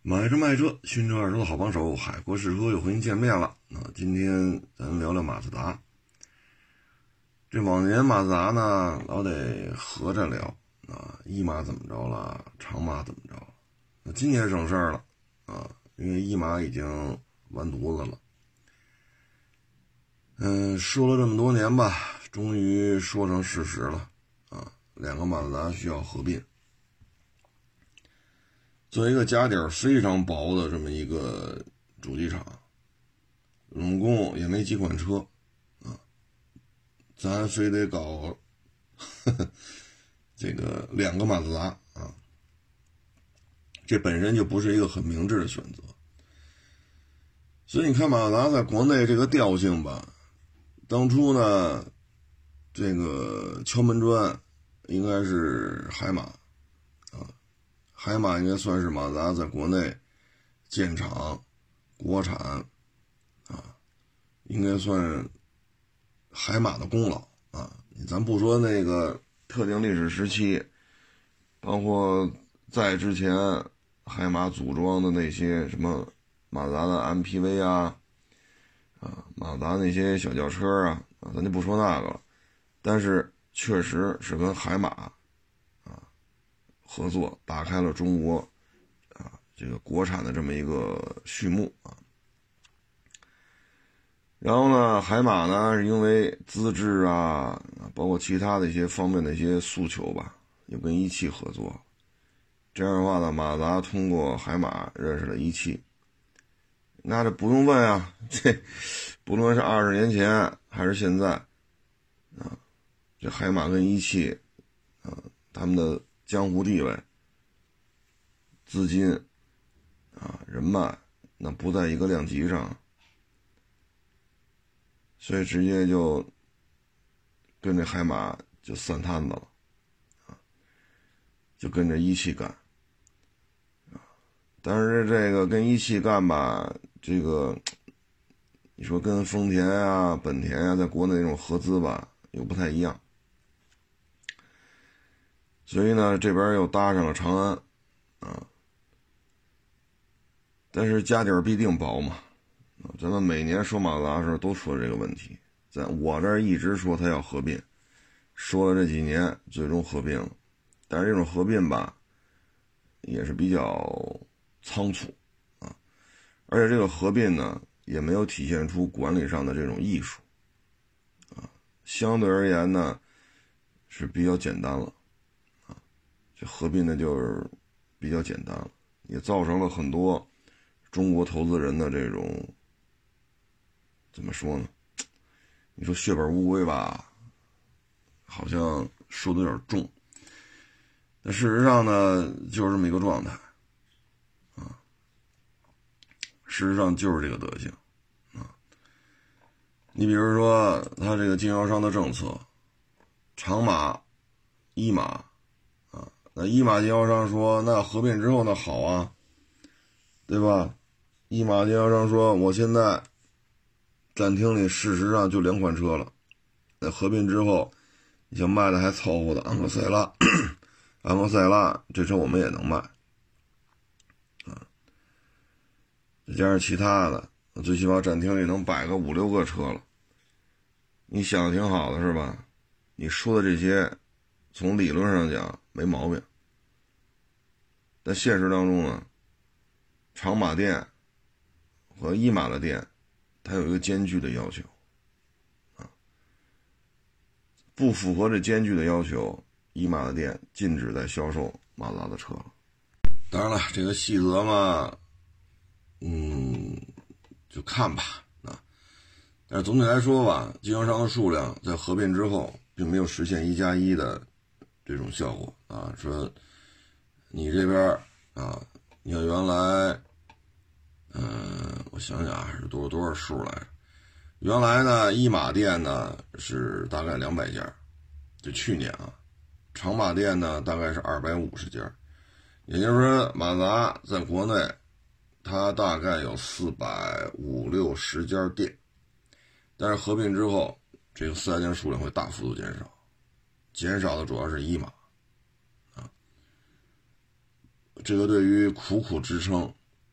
买车卖车，新车二手的好帮手，海阔试车又和您见面了。今天咱聊聊马自达。这往年马自达呢，老得合着聊一马怎么着了，长马怎么着了。那今年省事儿了因为一马已经完犊子了。说了这么多年吧，终于说成事实了两个马自达需要合并。作为一个家底儿非常薄的这么一个主机厂，总共也没几款车咱非得搞这个两个马自达这本身就不是一个很明智的选择。所以你看马自达在国内这个调性吧，当初呢这个敲门砖应该是海马海马应该算是马自达在国内建厂国产应该算海马的功劳咱不说那个特定历史时期，包括在之前海马组装的那些什么马自达的 MPV 马自达那些小轿车咱就不说那个了，但是确实是跟海马合作打开了中国这个国产的这么一个序幕然后呢海马呢是因为资质包括其他的一些方面的一些诉求吧，又跟一汽合作。这样的话呢，马自达通过海马认识了一汽。那这不用问这不论是20年前还是现在这海马跟一汽他们的江湖地位、资金人脉那不在一个量级上，所以直接就跟着海马就散摊子了就跟着一汽干但是这个跟一汽干吧，这个你说跟丰田本田在国内那种合资吧又不太一样，所以呢这边又搭上了长安但是家底儿必定薄嘛咱们每年说马自达的时候都说这个问题，在我这儿一直说他要合并，说了这几年最终合并了，但是这种合并吧也是比较仓促而且这个合并呢也没有体现出管理上的这种艺术相对而言呢是比较简单了这合并的就是比较简单了，也造成了很多中国投资人的这种怎么说呢，你说血本无归吧好像说的有点重，但事实上呢就是这么一个状态事实上就是这个德行你比如说他这个经销商的政策，长马一马那一马经销商说那合并之后那好对吧，一马经销商说我现在展厅里事实上就2款车了，那合并之后你像卖的还凑合的昂克赛拉昂克赛拉这车我们也能卖再加上其他的最起码展厅里能摆个5-6个车了，你想的挺好的是吧，你说的这些从理论上讲没毛病，但现实当中呢长马店和一马的店它有一个艰巨的要求不符合这艰巨的要求，一马的店禁止再销售马自达的车了。当然了这个细则嘛就看吧但是总体来说吧，经销商的数量在合并之后并没有实现1+1的这种效果说你这边你看原来我想想还是多少数来着，原来呢一马店呢是大概200家，就去年长马店呢大概是250家，也就是说马自达在国内它大概有450-60家店，但是合并之后这个4家店数量会大幅度减少，减少的主要是一马这个对于苦苦支撑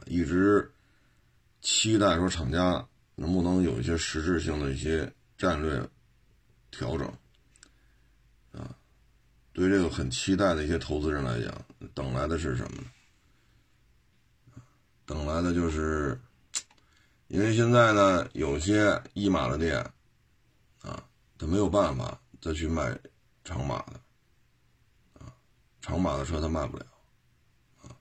一直期待说厂家能不能有一些实质性的一些战略调整啊。对于这个很期待的一些投资人来讲，等来的是什么呢？等来的就是因为现在呢有些一码的店啊，他没有办法再去卖长码的啊，长码的车他卖不了啊。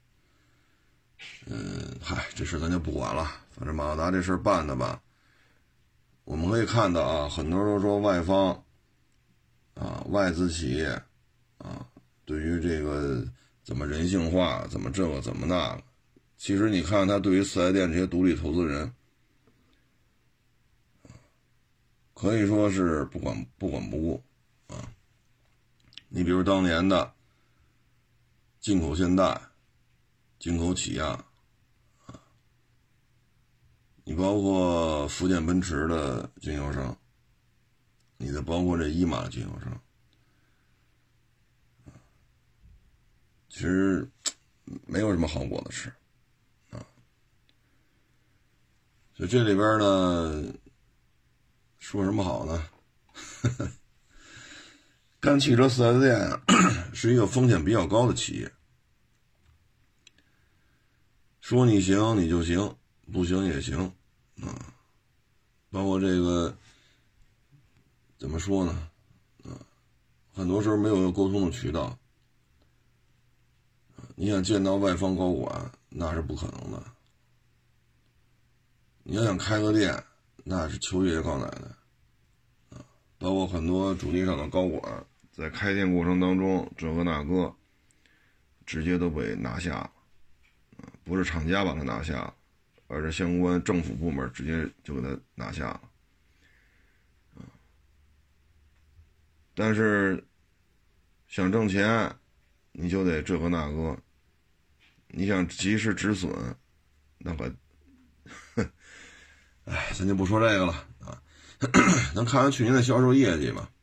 这事咱就不管了，反正马自达这事办的吧，我们可以看到啊，很多都说外方啊，外资企业啊，对于这个怎么人性化，怎么这个怎么那个，其实你看他对于4S店这些独立投资人，可以说是不管不顾啊。你比如当年的进口现代、进口起亚啊，你包括福建奔驰的经销商，你的包括这一码的经销商，其实没有什么好果子吃啊。所以这里边呢，说什么好呢？干汽车 4S 店是一个风险比较高的企业，说你行你就行，不行也行啊。包括这个怎么说呢？很多时候没有沟通的渠道，你想见到外方高管那是不可能的。你要想开个店，那是求爷爷告奶奶啊。包括很多主力上的高管在开店过程当中，这个那个直接都被拿下了，不是厂家把他拿下，而是相关政府部门直接就给他拿下了。但是想挣钱，你就得这个那个，你想及时止损，那可，咱就不说这个了啊。咱看看去年的销售业绩吧。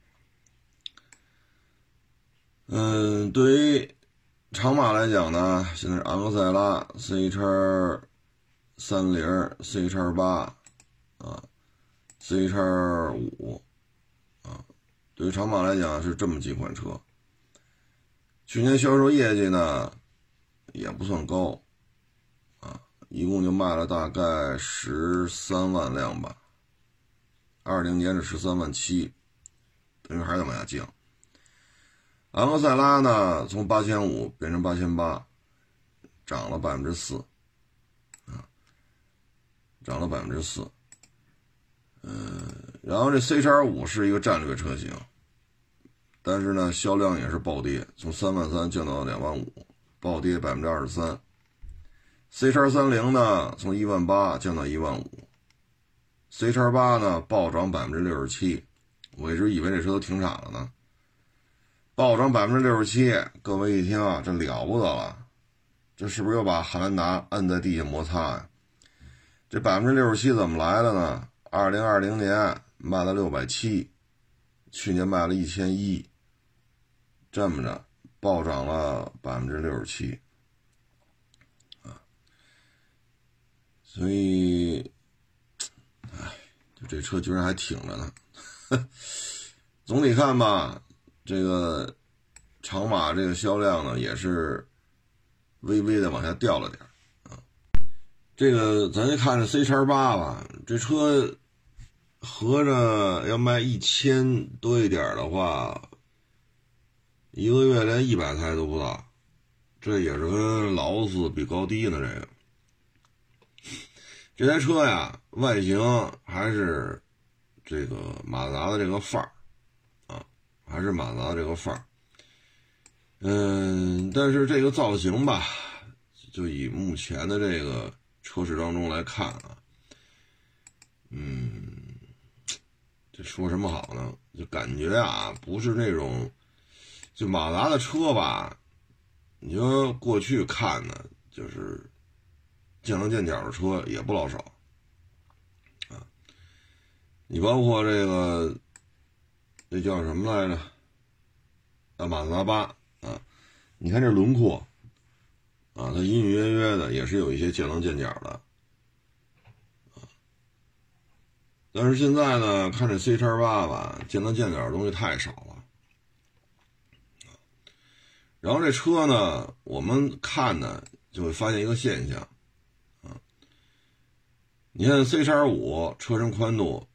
对于长码来讲呢，现在是昂克赛拉 CX-30 CX-8 啊 CX-5 啊，对于长码来讲是这么几款车。去年销售业绩呢也不算高啊，一共就卖了大概13万辆吧，20年是13万7，等于还得往下降。昂克赛拉呢，从8500变成8800，涨了4%，涨了4%。然后这 CX-5 是一个战略车型，但是呢，销量也是暴跌，从3万3降到2万5，暴跌23%。CX-30 呢，从1万8降到1万5，CX-8 呢暴涨67%，我一直以为这车都停产了呢。暴涨67%，各位一听啊，这了不得了，这是不是又把汉兰达摁在地下摩擦呀？这67%怎么来的呢？2020年卖了670，去年卖了1100，这么着暴涨了67%啊！所以，就这车居然还挺着呢。总体看吧，这个长码这个销量呢也是微微的往下掉了点啊。这个咱就看这 CX-8 吧，这车合着要卖1000多一点的话，一个月连100台都不到，这也是跟劳斯比高低呢。这台车呀，外形还是这个马自达的这个范儿啊，还是马自达的这个范儿。但是这个造型吧，就以目前的这个车市当中来看啊，这说什么好呢？就感觉啊，不是那种，就马自达的车吧，你说过去看呢，就是见棱见角的车也不老少啊。你包括这个，这叫什么来着？马自达8啊，你看这轮廓啊，它隐隐约约的也是有一些见棱见角的。但是现在呢，看这 C-8吧，见棱见角的东西太少了。然后这车呢，我们看呢就会发现一个现象，你看 C-5车身宽度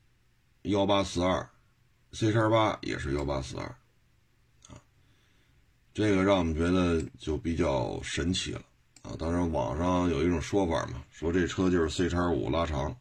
1842，C-8也是1842，这个让我们觉得就比较神奇了啊！当然，网上有一种说法嘛，说这车就是 C-5拉长。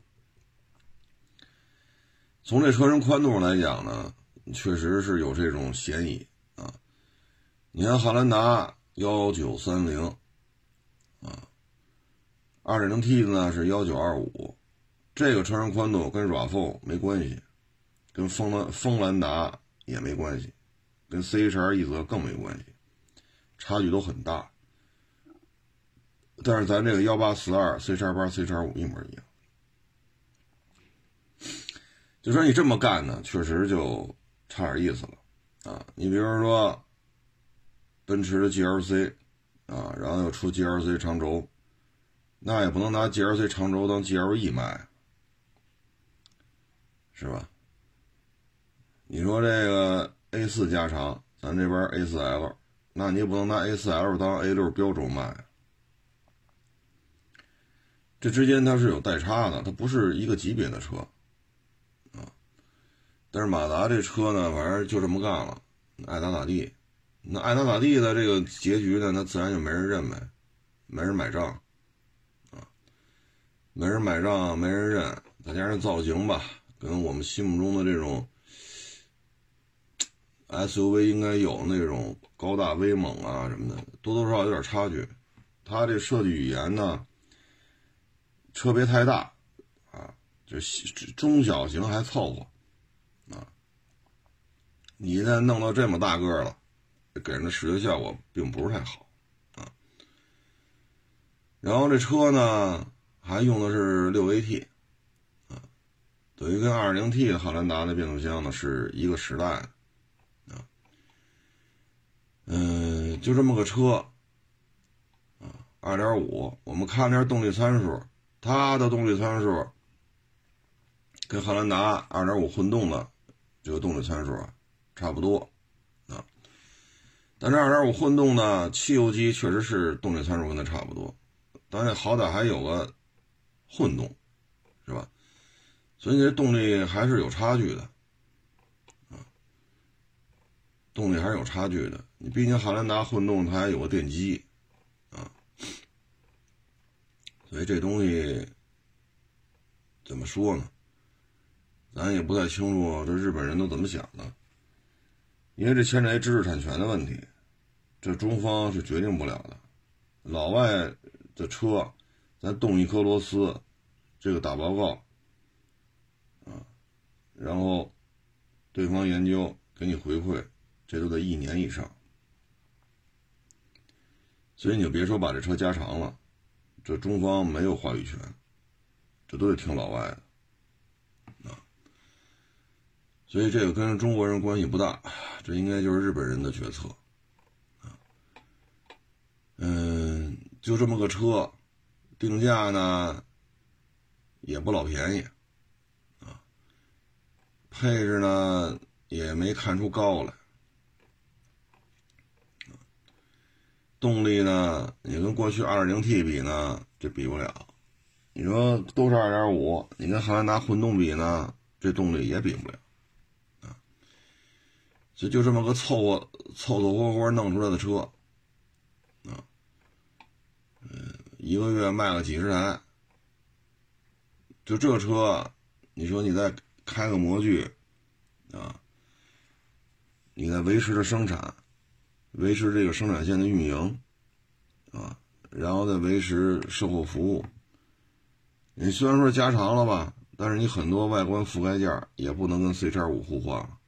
从这车身宽度来讲呢，确实是有这种嫌疑啊。你看汉兰达1930啊，2.0T 的呢是1925，这个车身宽度跟 RAV4 没关系，跟锋兰达也没关系，跟 CHR 一泽更没关系，差距都很大。但是咱这个1842 C-8 C-5 一模一样。就说你这么干呢，确实就差点意思了啊！你比如说奔驰的 GLC 啊，然后又出 GLC 长轴，那也不能拿 GLC 长轴当 GLE 卖，是吧？你说这个 A4 加长，咱这边 A4L， 那你也不能拿 A4L 当 A6 标轴卖，这之间它是有代差的，它不是一个级别的车。但是马达这车呢，反正就这么干了，爱咋咋地。那爱咋咋地的这个结局呢，那自然就没人认呗，没人买账啊，没人买账，没人认。再加上造型吧，跟我们心目中的这种 SUV 应该有那种高大威猛啊什么的，多多少少有点差距。它这设计语言呢，车别太大啊，就中小型还凑合。你一旦弄到这么大个了，给人的视觉效果并不是太好啊。然后这车呢，还用的是 6AT 啊，等于跟 2.0T 的汉兰达的变速箱呢是一个时代的啊。就这么个车啊 ，2.5， 我们看这动力参数，它的动力参数跟汉兰达 2.5 混动的这个动力参数啊差不多啊，但是 2.5 混动呢，汽油机确实是动力参数跟它差不多，但是好歹还有个混动，是吧？所以这动力还是有差距的啊，动力还是有差距的。你毕竟汉兰达混动它还有个电机啊，所以这东西怎么说呢？咱也不太清楚这日本人都怎么想的。因为这牵扯知识产权的问题，这中方是决定不了的。老外的车，咱动一颗螺丝，这个打报告啊，然后对方研究给你回馈，这都得1年以上。所以你就别说把这车加长了，这中方没有话语权，这都得听老外的。所以这个跟中国人关系不大，这应该就是日本人的决策啊。就这么个车，定价呢也不老便宜啊，配置呢也没看出高来，动力呢你跟过去 2.0T 比呢，这比不了。你说都是 2.5， 你跟汉兰达混动比呢，这动力也比不了。就这么个凑合活弄出来的车啊，一个月卖了几十台，就这车，你说你再开个模具啊，你再维持着生产，维持这个生产线的运营啊，然后再维持售后服务，你虽然说加长了吧，但是你很多外观覆盖件也不能跟 C-5 互换了。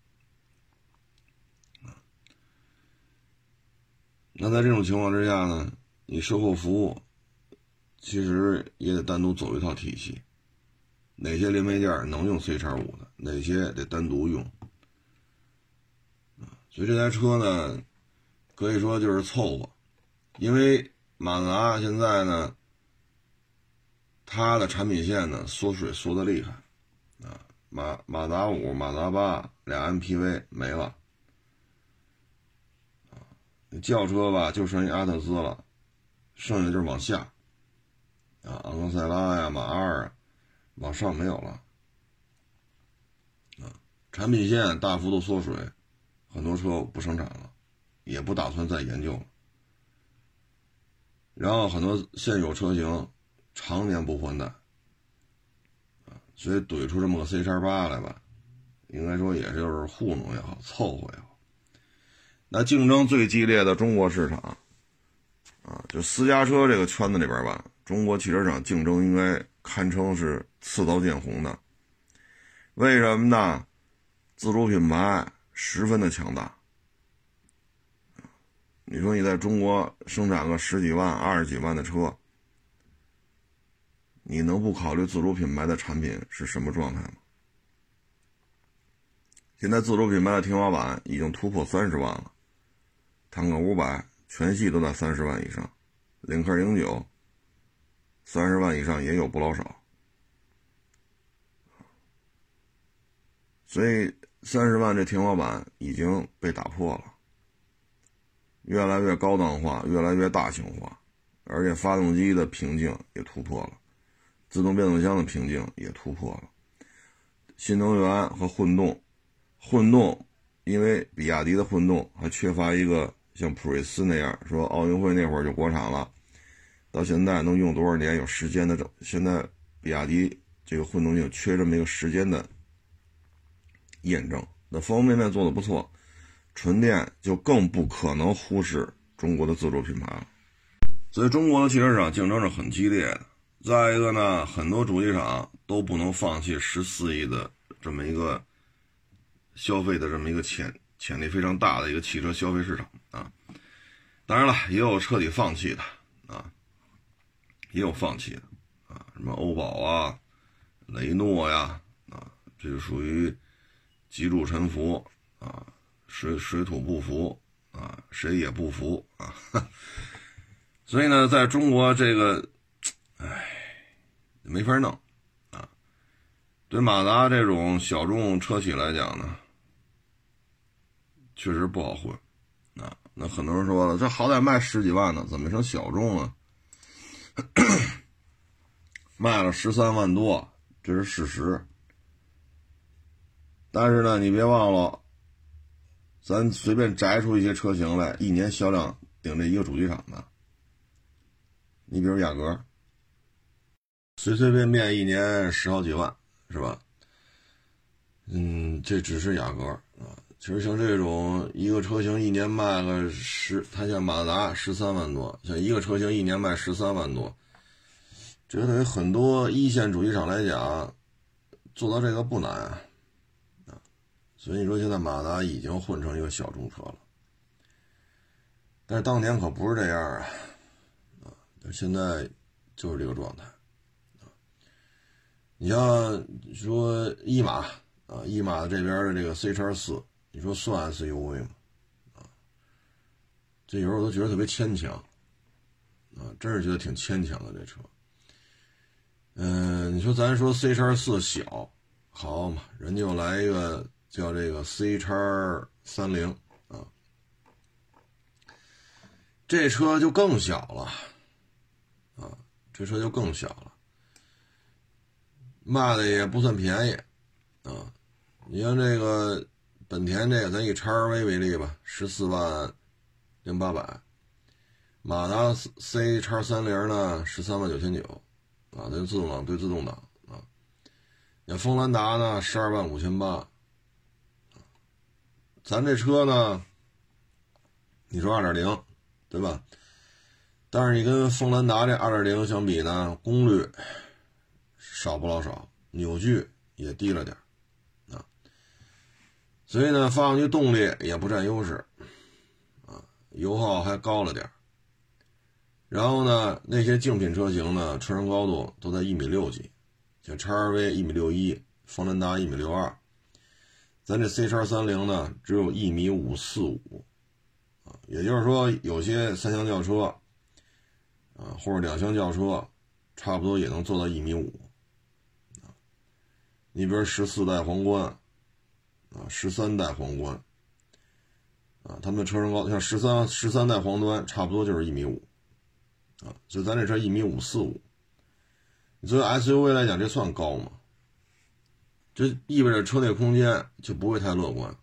那在这种情况之下呢，你售后服务其实也得单独走一套体系，哪些零配件能用 C-5 的，哪些得单独用。所以这台车呢，可以说就是凑合，因为马自达现在呢，它的产品线呢缩水缩得厉害啊，马自达5、马自达8俩 MPV 没了啊，轿车吧就剩一阿特兹了，剩下的就是往下啊，昂克赛拉呀、马2啊，往上没有了啊，产品线大幅度缩水，很多车不生产了，也不打算再研究了。然后很多现有车型常年不换代啊，所以怼出这么个 C-8 来吧，应该说也就是糊弄也好，凑合也好。那竞争最激烈的中国市场啊，就私家车这个圈子里边吧，中国汽车市场竞争应该堪称是刺刀见红的。为什么呢？自主品牌十分的强大。你说你在中国生产个10几万、20几万的车，你能不考虑自主品牌的产品是什么状态吗？现在自主品牌的天花板已经突破30万了，坦克500全系都在30万以上，领克09 30万以上也有不老少，所以30万这天花板已经被打破了，越来越高档化，越来越大型化，而且发动机的瓶颈也突破了，自动变速箱的瓶颈也突破了，新能源和混动因为比亚迪的混动还缺乏一个像普锐斯那样说奥运会那会儿就国产了，到现在能用多少年有时间的，现在比亚迪这个混动就缺这么一个时间的验证，那方方面面做得不错，纯电就更不可能忽视中国的自主品牌了。所以中国的汽车市场竞争是很激烈的。再一个呢，很多主机厂都不能放弃14亿的这么一个消费的这么一个潜力非常大的一个汽车消费市场啊。当然了，也有彻底放弃的啊，也有放弃的啊，什么欧宝啊、雷诺呀啊，这就属于急入沉浮啊，水土不服啊，谁也不服啊。所以呢，在中国这个，没法弄啊。对马自达这种小众车企来讲呢，确实不好混啊。那很多人说了，这好歹卖10几万呢，怎么成小众了？卖了13万多，这是事实。但是呢，你别忘了，咱随便摘出一些车型来，一年销量顶这一个主机厂的。你比如雅阁，随随便便一年10好几万，是吧？这只是雅阁啊。其实像这种一个车型一年卖个它像马自达13万多，像一个车型一年卖13万多，这个对于很多一线主机厂来讲，做到这个不难啊。所以你说现在马自达已经混成一个小众车了，但是当年可不是这样啊。现在就是这个状态啊。你像说一马啊，一马这边的这个 C-4， 你说算 SUV 吗？啊，这有时候我都觉得特别牵强啊，真是觉得挺牵强的这车。你说咱说 C-4 小，好嘛，人家又来一个叫这个 C-30啊，这车就更小了。这车就更小了，卖的也不算便宜啊。你像这个本田这个，咱以 XRV 为例吧，14万0800，马自达 C-30呢13万9900啊，对自动挡啊。你风兰达呢12万5800，咱这车呢，你说 2.0 对吧？但是你跟锋兰达这 2.0 相比呢，功率少不老少，扭矩也低了点啊，所以呢，发动机动力也不占优势啊，油耗还高了点。然后呢，那些竞品车型呢，车身高度都在1.6米几，像 XRV 1.61米，锋兰达1.62米，咱这 C-30呢只有1.545米啊，也就是说有些三厢轿车或者两厢轿车，差不多也能做到1.5米。你比如14代皇冠13代皇冠他们的车身高像13代皇冠差不多就是1.5米所以咱这车1.545米。你作为 SUV 来讲，这算高吗？这意味着车内空间就不会太乐观。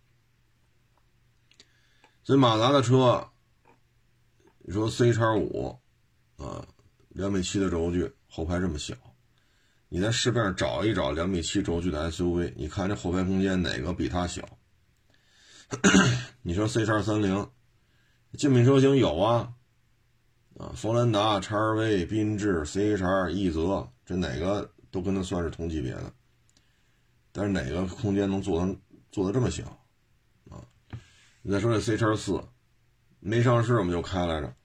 所以马自达的车，你说 C-5 2.7米的轴距，后排这么小，你在市面上找一找2.7米轴距的 SUV， 你看这后排空间哪个比它小？你说 C-30 竞品车型有锋兰达、XRV、缤智、CHR、奕泽，这哪个都跟它算是同级别的，但是哪个空间能做得这么小你再说这 C-4 没上市我们就开来着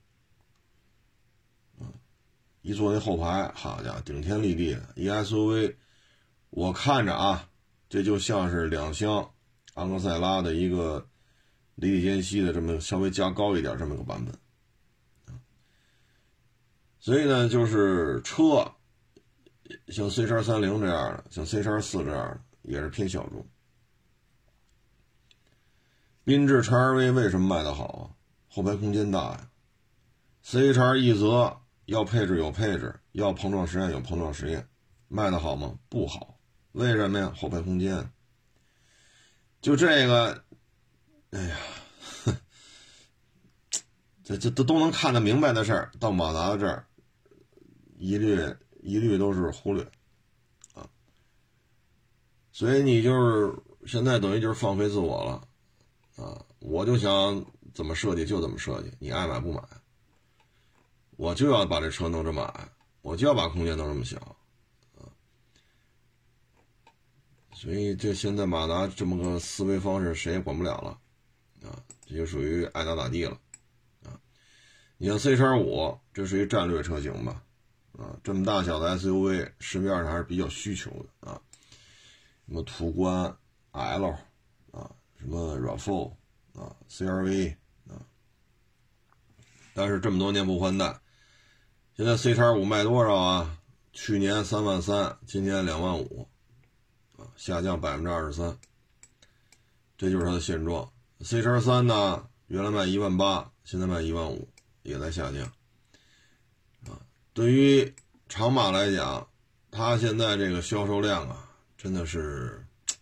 一坐那后排，好家伙，顶天立地的一 SUV， 我看着这就像是两厢昂克赛拉的一个离地间隙的这么稍微加高一点这么个版本所以呢，就是车像 C-30 这样的，像 C-4 这样的也是偏小众。缤智 XRV 为什么卖得好后排空间大呀。CHR 奕泽要配置有配置，要碰撞实验有碰撞实验，卖得好吗？不好。为什么呀？后排空间。就这个，哎呀，这都能看得明白的事儿，到马自达这儿，一律都是忽略所以你就是现在等于就是放飞自我了我就想怎么设计就怎么设计，你爱买不买，我就要把这车弄这么矮，我就要把空间弄这么小所以这现在马达这么个思维方式谁也管不了了这就属于爱咋咋地了你像 C-5 这属于战略车型吧这么大小的 SUV 市面上还是比较需求的什么途观 L 什么 RAV4 CR-V 但是这么多年不换代，现在 C-5 卖多少去年33000，今年25000下降23%，这就是它的现状。C-3呢，原来卖18000，现在卖15000，也在下降对于长马来讲，它现在这个销售量真的是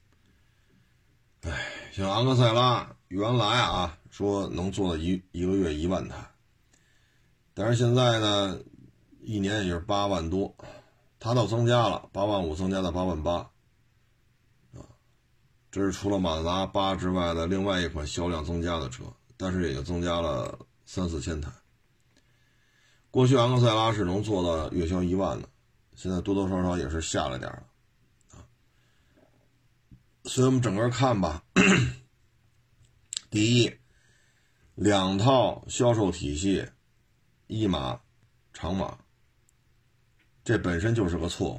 像昂克赛拉原来说能做到一个月1万台，但是现在呢一年也是8万多，它倒增加了85000增加到88000这是除了马自达8之外的另外一款销量增加的车，但是也就增加了3-4千台。过去昂克赛拉是能做到月销1万的，现在多多少少也是下了点了所以我们整个看吧第一，2套销售体系，一马长马，这本身就是个错误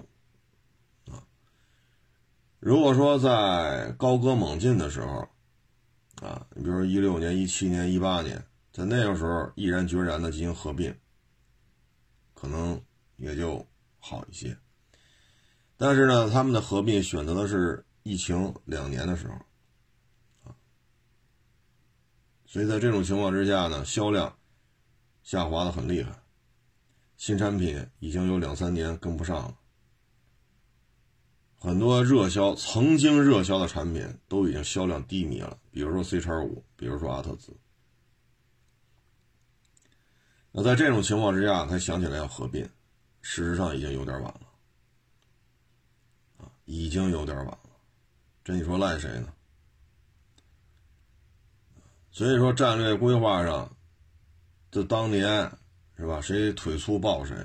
如果说在高歌猛进的时候你比如说16年、17年、18年，在那个时候毅然决然的进行合并，可能也就好一些。但是呢，他们的合并选择的是疫情2年的时候所以在这种情况之下呢，销量下滑的很厉害，新产品已经有2-3年跟不上了，很多曾经热销的产品都已经销量低迷了，比如说 C-5， 比如说阿特兹。那在这种情况之下才想起来要合并，事实上已经有点晚了已经有点晚了，这你说赖谁呢？所以说战略规划上，这当年是吧，谁腿粗抱谁，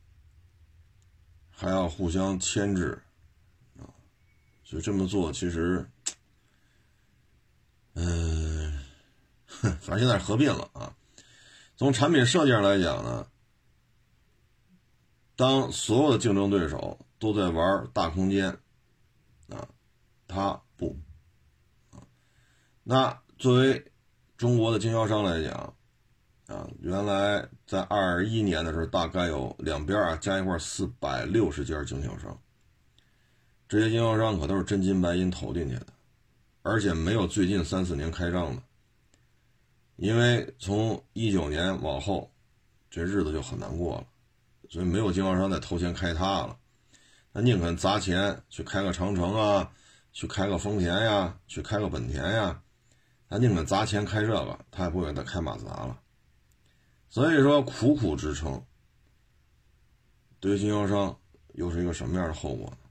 还要互相牵制所以这么做其实反正现在合并了从产品设计上来讲呢，当所有的竞争对手都在玩大空间它不那作为中国的经销商来讲， 原来在21年的时候，大概有两边加一块460家经销商，这些经销商可都是真金白银投进去的，而且没有最近3-4年开张的，因为从19年往后，这日子就很难过了，所以没有经销商再投钱开它了，他宁肯砸钱去开个长城啊，去开个丰田呀，去开个本田呀，他宁肯砸钱开这个，他也不会再开马自达了。所以说苦苦支撑，对于经销商又是一个什么样的后果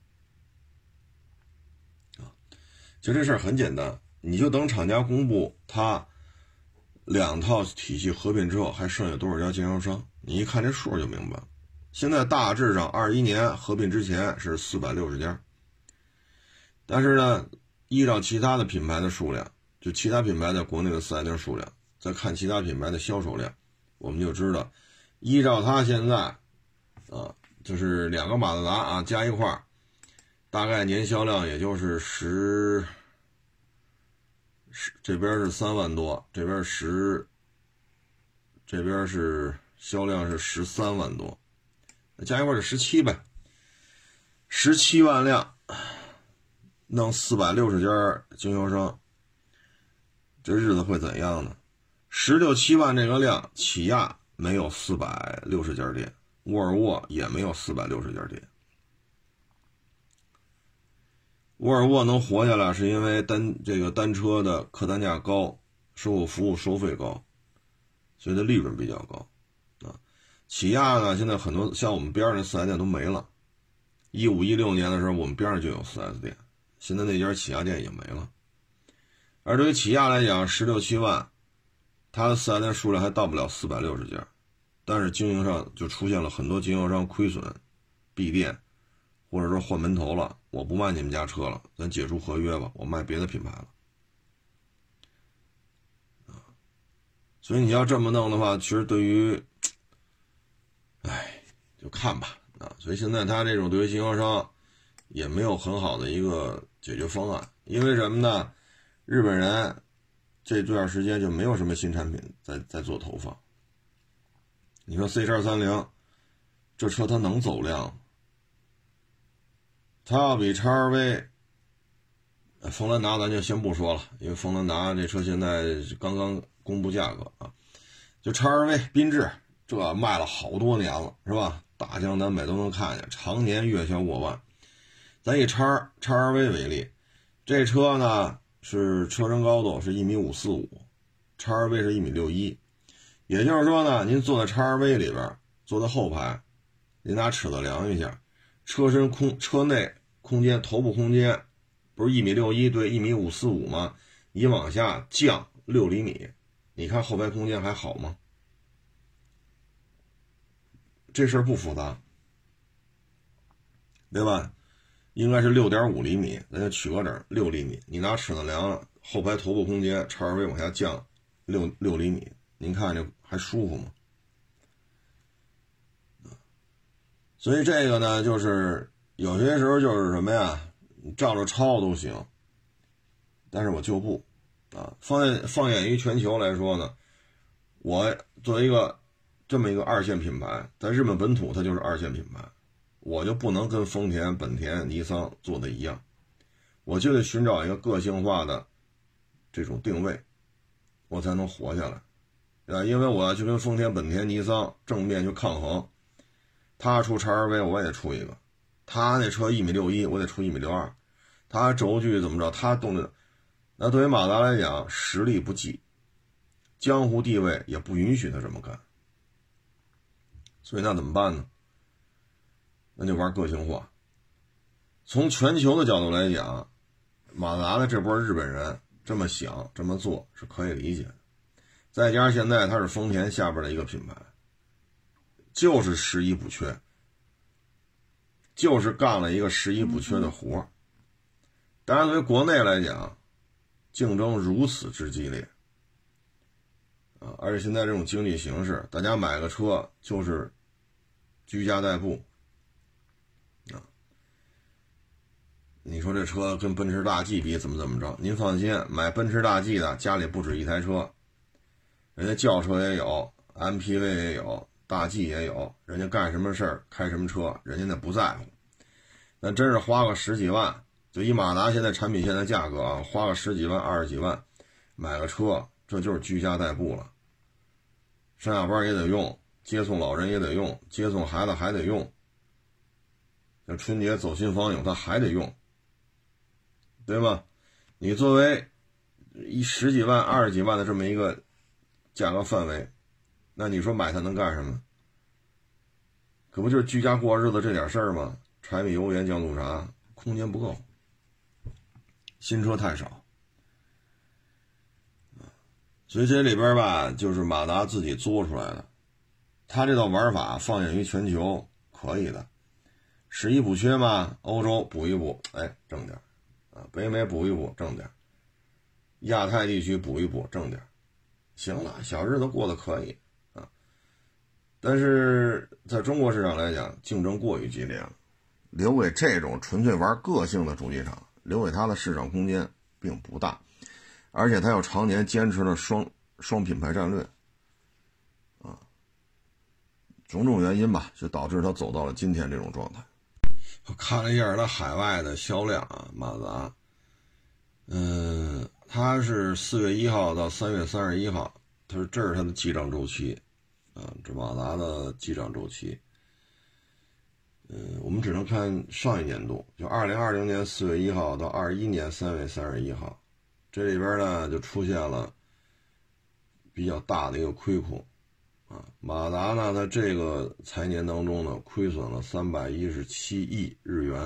呢？其实这事儿很简单，你就等厂家公布他2套体系合并之后还剩下多少家经销商，你一看这数就明白了。现在大致上21年合并之前是460家，但是呢，依照其他的品牌的数量，就其他品牌在国内的4S店数量，再看其他品牌的销售量，我们就知道，依照它现在就是2个马自达加一块，大概年销量也就是这边是3万多，这边是销量是13万多，加一块是17呗，17万辆，弄460家经销商，这日子会怎样呢？16、17万这个量，起亚没有460家店，沃尔沃也没有460家店。沃尔沃能活下来是因为单车的客单价高，售后服务收费高，所以它利润比较高起亚呢，现在很多像我们边上的 4S 店都没了。15、16年的时候，我们边上就有 4S 店，现在那家起亚店已经没了。而对于起亚来讲，16、17万，它的 4S 店数量还到不了460家，但是经营上就出现了很多经销商亏损、闭店，或者说换门头了，我不卖你们家车了，咱解除合约吧，我卖别的品牌了。所以你要这么弄的话，其实对于就看吧所以现在他这种对于经销商也没有很好的一个解决方案，因为什么呢？日本人这段时间就没有什么新产品在做投放。你说 C-30 这车它能走量，它要比 XRV 锋兰达咱就先不说了，因为锋兰达这车现在刚刚公布价格就 XRV 缤智这卖了好多年了是吧？大江南北都能看见，常年月销过万。咱以 XRV 为例，这车呢是车身高度是1.545米，XRV 是1.61米，也就是说呢，您坐在 XRV 里边，坐在后排，您拿尺子量一下，车内空间头部空间不是1.61米对1.545米吗？你往下降6厘米，你看后排空间还好吗？这事儿不复杂，对吧？应该是6.5厘米，咱就取个整6厘米。你拿尺子量后排头部空间 XRV 往下降6厘米，您看这还舒服吗？所以这个呢，就是有些时候就是什么呀，你照着抄都行，但是我就不放眼于全球来说呢，我作为这么一个2线品牌，在日本本土它就是2线品牌，我就不能跟丰田、本田、尼桑做的一样，我就得寻找一个个性化的这种定位，我才能活下来因为我要去跟丰田、本田、尼桑正面去抗衡，他出 XRV 我也出一个，他那车1.61米我得出1.62米，他轴距怎么着，他动的，那对于马自达来讲，实力不济，江湖地位也不允许他这么干，所以那怎么办呢？那就玩个性化。从全球的角度来讲，马自达的这波日本人这么想这么做是可以理解的，再加上现在它是丰田下边的一个品牌，就是十一不缺，就是干了一个十一不缺的活。当然对于国内来讲，竞争如此之激烈而且现在这种经济形势，大家买个车就是居家代步你说这车跟奔驰大 G 比怎么着？您放心，买奔驰大 G 的家里不止一台车，人家轿车也有 MPV 也有，大 G 也有，人家干什么事儿开什么车，人家那不在乎。那真是花个10几万，就以马达现在产品线的价格啊，花个10几万、20几万买个车，这就是居家代步了。上下班也得用，接送老人也得用，接送孩子还得用，像春节走亲访友他还得用，对吧？你作为10几万、20几万的这么一个价格范围，那你说买它能干什么？可不就是居家过日子这点事儿吗？柴米油盐酱醋茶，空间不够，新车太少，所以这里边吧，就是马达自己做出来的，他这套玩法放眼于全球可以的，十一补缺嘛，欧洲补一补，哎，挣点啊，北美补一补，挣点，亚太地区补一补，挣点，行了，小日子过得可以啊。但是在中国市场来讲，竞争过于激烈了。留给这种纯粹玩个性的主机厂，留给他的市场空间并不大，而且他又常年坚持了双品牌战略，啊，种种原因吧，就导致他走到了今天这种状态。我看了一下他海外的销量啊，马自达，他是4月1号到3月31号，这是他的记账周期，啊，这马自达的记账周期。我们只能看上一年度，就2020年4月1号到21年3月31号，这里边呢就出现了比较大的一个亏空啊。马自达呢，在这个财年当中呢，亏损了317亿日元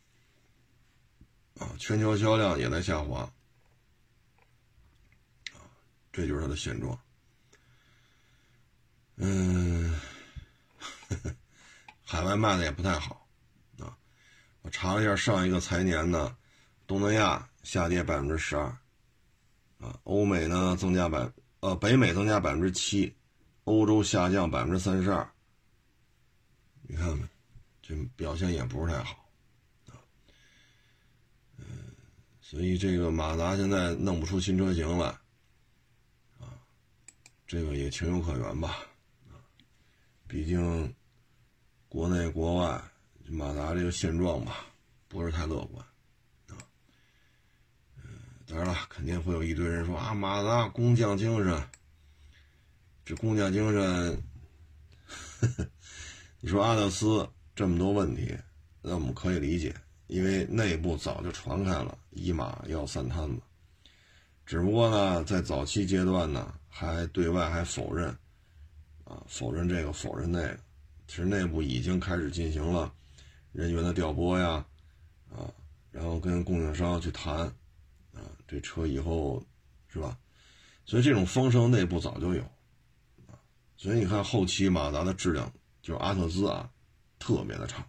啊，全球销量也在下滑啊，这就是它的现状。海外卖的也不太好啊，我查了一下上一个财年呢，东南亚下跌12%啊，欧美呢北美增加7%，欧洲下降32%，你看看这表现也不是太好啊，所以这个马自达现在弄不出新车型来啊，这个也情有可原吧啊，毕竟国内国外马自达这个现状吧，不是太乐观啊。当然了，肯定会有一堆人说啊，马自达工匠精神，这工匠精神，你说阿特兹这么多问题，那我们可以理解，因为内部早就传开了一马要散摊子，只不过呢，在早期阶段呢，还对外还否认啊，否认这个否认那个。其实内部已经开始进行了人员的调拨呀，啊，然后跟供应商去谈，啊，这车以后是吧？所以这种风声内部早就有，啊，所以你看后期马自达的质量，就是阿特兹啊，特别的差，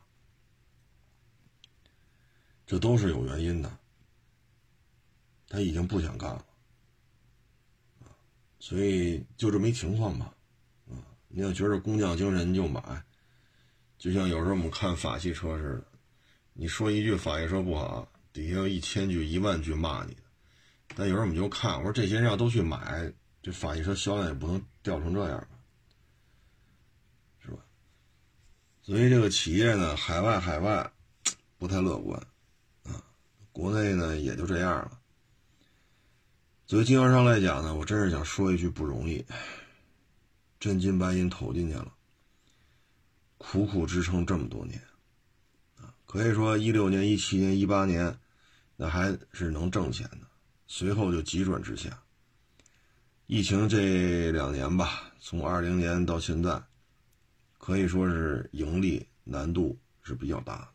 这都是有原因的，他已经不想干了，啊，所以就这么一情况吧，啊，你要觉得工匠精神你就买。就像有时候我们看法系车似的，你说一句法系车不好，底下有1000句、10000句骂你的。但有时候我们就看，我说这些人要都去买，这法系车销量也不能掉成这样吧，是吧？所以这个企业呢，海外不太乐观啊，国内呢也就这样了。作为经销商来讲呢，我真是想说一句不容易，真金白银投进去了。苦苦支撑这么多年啊，可以说16年、17年、18年那还是能挣钱的，随后就急转直下。疫情这2年吧，从20年到现在，可以说是盈利难度是比较大的，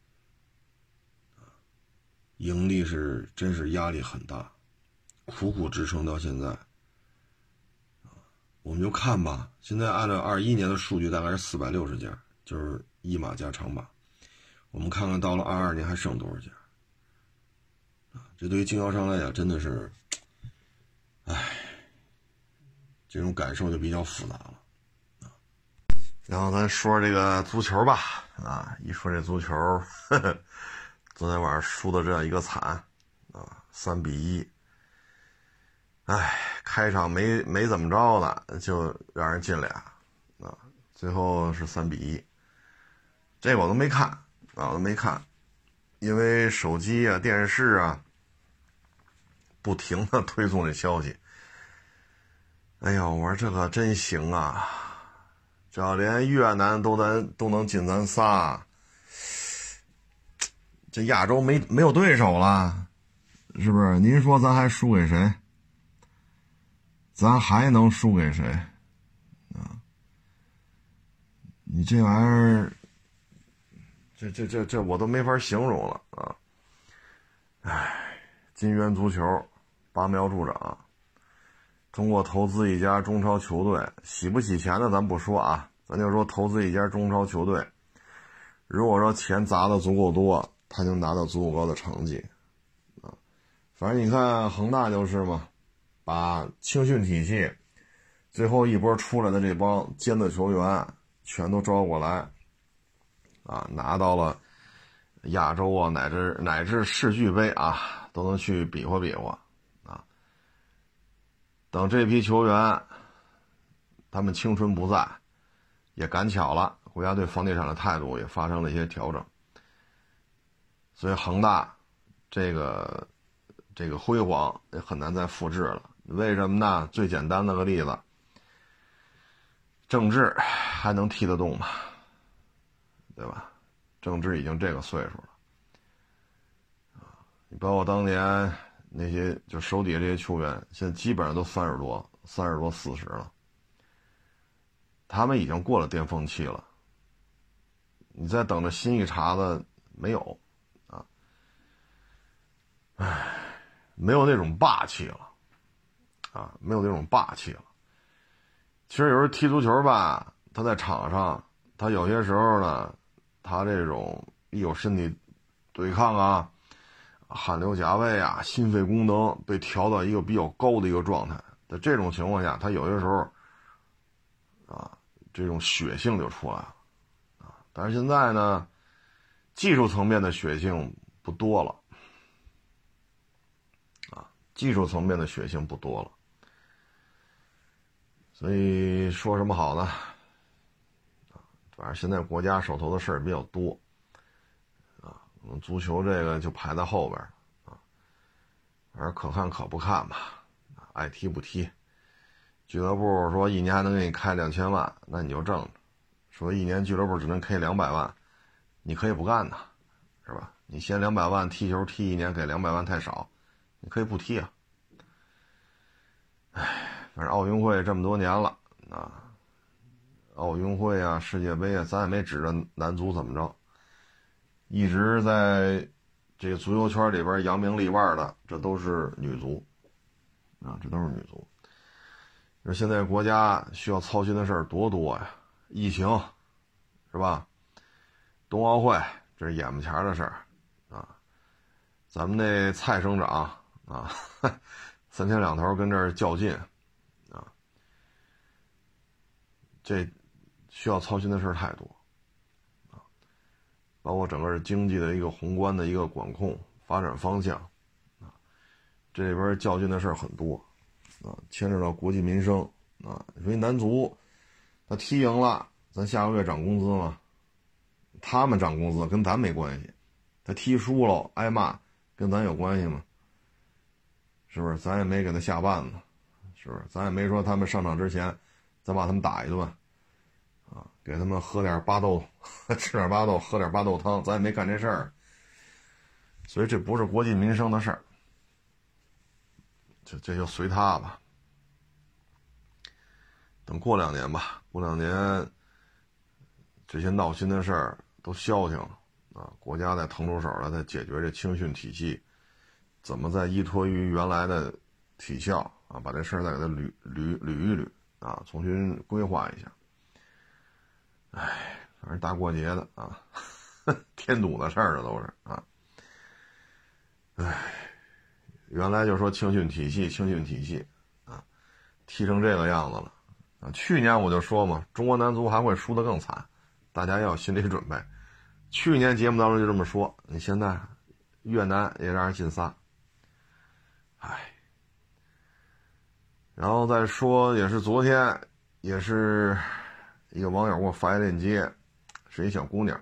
盈利是真是压力很大，苦苦支撑到现在。我们就看吧，现在按照21年的数据大概是460家，就是一马加长马。我们看看到了22年还剩多少家这对于经销商来讲真的是这种感受就比较复杂了然后咱说这个足球吧啊，一说这足球昨天晚上输的这样一个惨啊，3-1 开场没怎么着呢，就让人进俩啊，最后是3-1，这个我都没看啊，我都没看，因为手机啊、电视啊不停的推送这消息。哎呦，我说这可真行啊！只要连越南都能进咱仨，这亚洲没有对手了，是不是？您说咱还输给谁？咱还能输给谁？啊！你这玩意儿，这我都没法形容了啊！金元足球拔苗助长。通过投资一家中超球队，洗不洗钱的咱不说啊，咱就说投资一家中超球队，如果说钱砸的足够多，他就拿到足够高的成绩啊。反正你看恒大就是嘛，把青训体系最后一波出来的这帮尖子球员全都招过来啊，拿到了亚洲啊乃至世俱杯啊，都能去比划比划。等这批球员他们青春不在，也赶巧了，国家对房地产的态度也发生了一些调整，所以恒大这个辉煌也很难再复制了。为什么呢？最简单的个例子，郑智还能踢得动吗？对吧？郑智已经这个岁数了你包括当年那些就手底下这些球员，现在基本上都30多40了，他们已经过了巅峰期了。你再等着新一茬的没有啊？没有那种霸气了啊，没有那种霸气了。其实有时候踢足球吧，他在场上，他有些时候呢，他这种一有身体对抗啊。汗流浃背啊，心肺功能被调到一个比较高的一个状态，在这种情况下，他有些时候啊，这种血性就出来了啊。但是现在呢，技术层面的血性不多了啊，技术层面的血性不多了，所以说什么好呢？反正现在国家手头的事儿比较多。足球这个就排在后边啊，反正可看可不看吧，爱踢不踢。俱乐部说一年还能给你开2000万，那你就挣着；说一年俱乐部只能开200万，你可以不干呐，是吧？你嫌200万踢球踢一年给200万太少，你可以不踢啊。反正奥运会这么多年了啊，奥运会啊、世界杯啊，咱也没指着男足怎么着。一直在这个足球圈里边扬名立万的，这都是女足啊，这都是女足。那现在国家需要操心的事儿多多呀，疫情是吧？冬奥会这是眼巴前的事儿啊。咱们那蔡省长啊，3天2头跟这儿较劲啊，这需要操心的事儿太多。包括整个经济的一个宏观的一个管控发展方向啊，这里边较劲的事儿很多啊，牵扯到国计民生啊。你说男足他踢赢了，咱下个月涨工资吗？他们涨工资跟咱没关系，他踢输了挨骂跟咱有关系吗？是不是？咱也没给他下绊子，是不是？咱也没说他们上场之前咱把他们打一顿啊，给他们喝点巴豆，吃点巴豆，喝点巴豆汤，咱也没干这事儿，所以这不是国计民生的事儿，这就随他吧。等过2年吧，过2年这些闹心的事儿都消停了啊，国家再腾出手来再解决这青训体系，怎么再依托于原来的体校啊，把这事儿再给它捋一捋啊，重新规划一下。反正大过节的啊，添堵的事儿，这都是啊。原来就说青训体系啊，踢成这个样子了啊。去年我就说嘛，中国男足还会输得更惨，大家要有心理准备。去年节目当中就这么说，你现在越南也让人进仨， 然后再说，也是昨天，也是一个网友给我发一链接，是一小姑娘，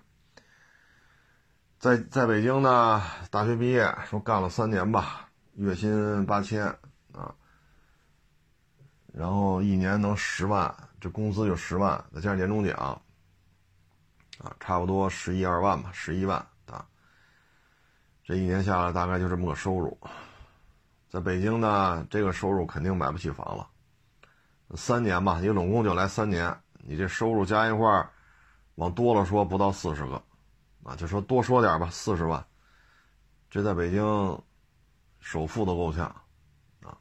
在北京呢，大学毕业，说干了3年吧，月薪8000啊，然后一年能10万，这工资就10万，再加上年终奖啊，差不多11、2万吧，11万啊，这一年下来大概就这么个收入。在北京呢，这个收入肯定买不起房了。3年吧，你拢共就来3年，你这收入加一块儿，往多了说不到40个，啊，就说多说点吧，40万，这在北京首付都够呛啊。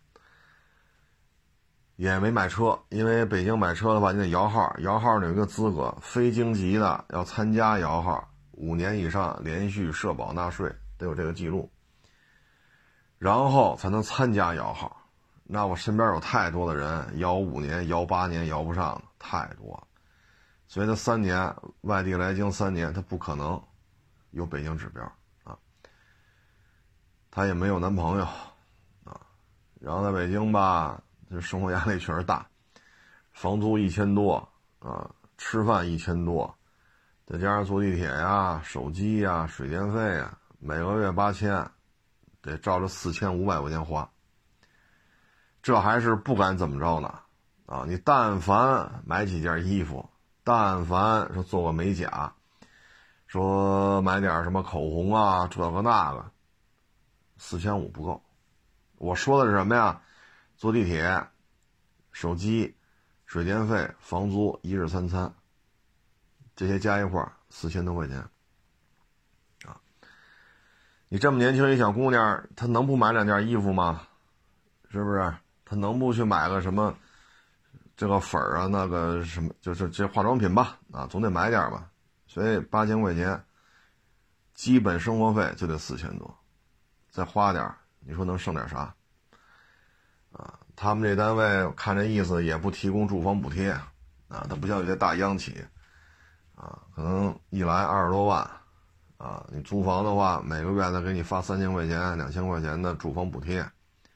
也没买车，因为北京买车的话，你得摇号，摇号有一个资格，非京籍的要参加摇号5年以上，连续社保纳税，得有这个记录，然后才能参加摇号。那我身边有太多的人摇5年、摇8年摇不上的，太多了。所以他3年外地来京3年，他不可能有北京指标啊。他也没有男朋友啊，然后在北京吧，这生活压力确实大，房租1000多啊，吃饭1000多，再加上坐地铁呀、手机呀、水电费呀，每个月8000，得照着4500块钱花。这还是不敢怎么着呢啊！你但凡买几件衣服，但凡说做个美甲，说买点什么口红啊，这个那个，4500不够。我说的是什么呀？坐地铁、手机、水电费、房租、一日3餐，这些加一块4000多块钱啊！你这么年轻一小姑娘，她能不买2件衣服吗？是不是？她能不去买个什么这个粉啊，那个什么，就是这化妆品吧啊，总得买点吧。所以8000块钱基本生活费就得4000多，再花点，你说能剩点啥啊？他们这单位看这意思也不提供住房补贴啊，它不像有些大央企啊，可能一来20多万啊，你租房的话每个月再给你发3000块钱、2000块钱的住房补贴。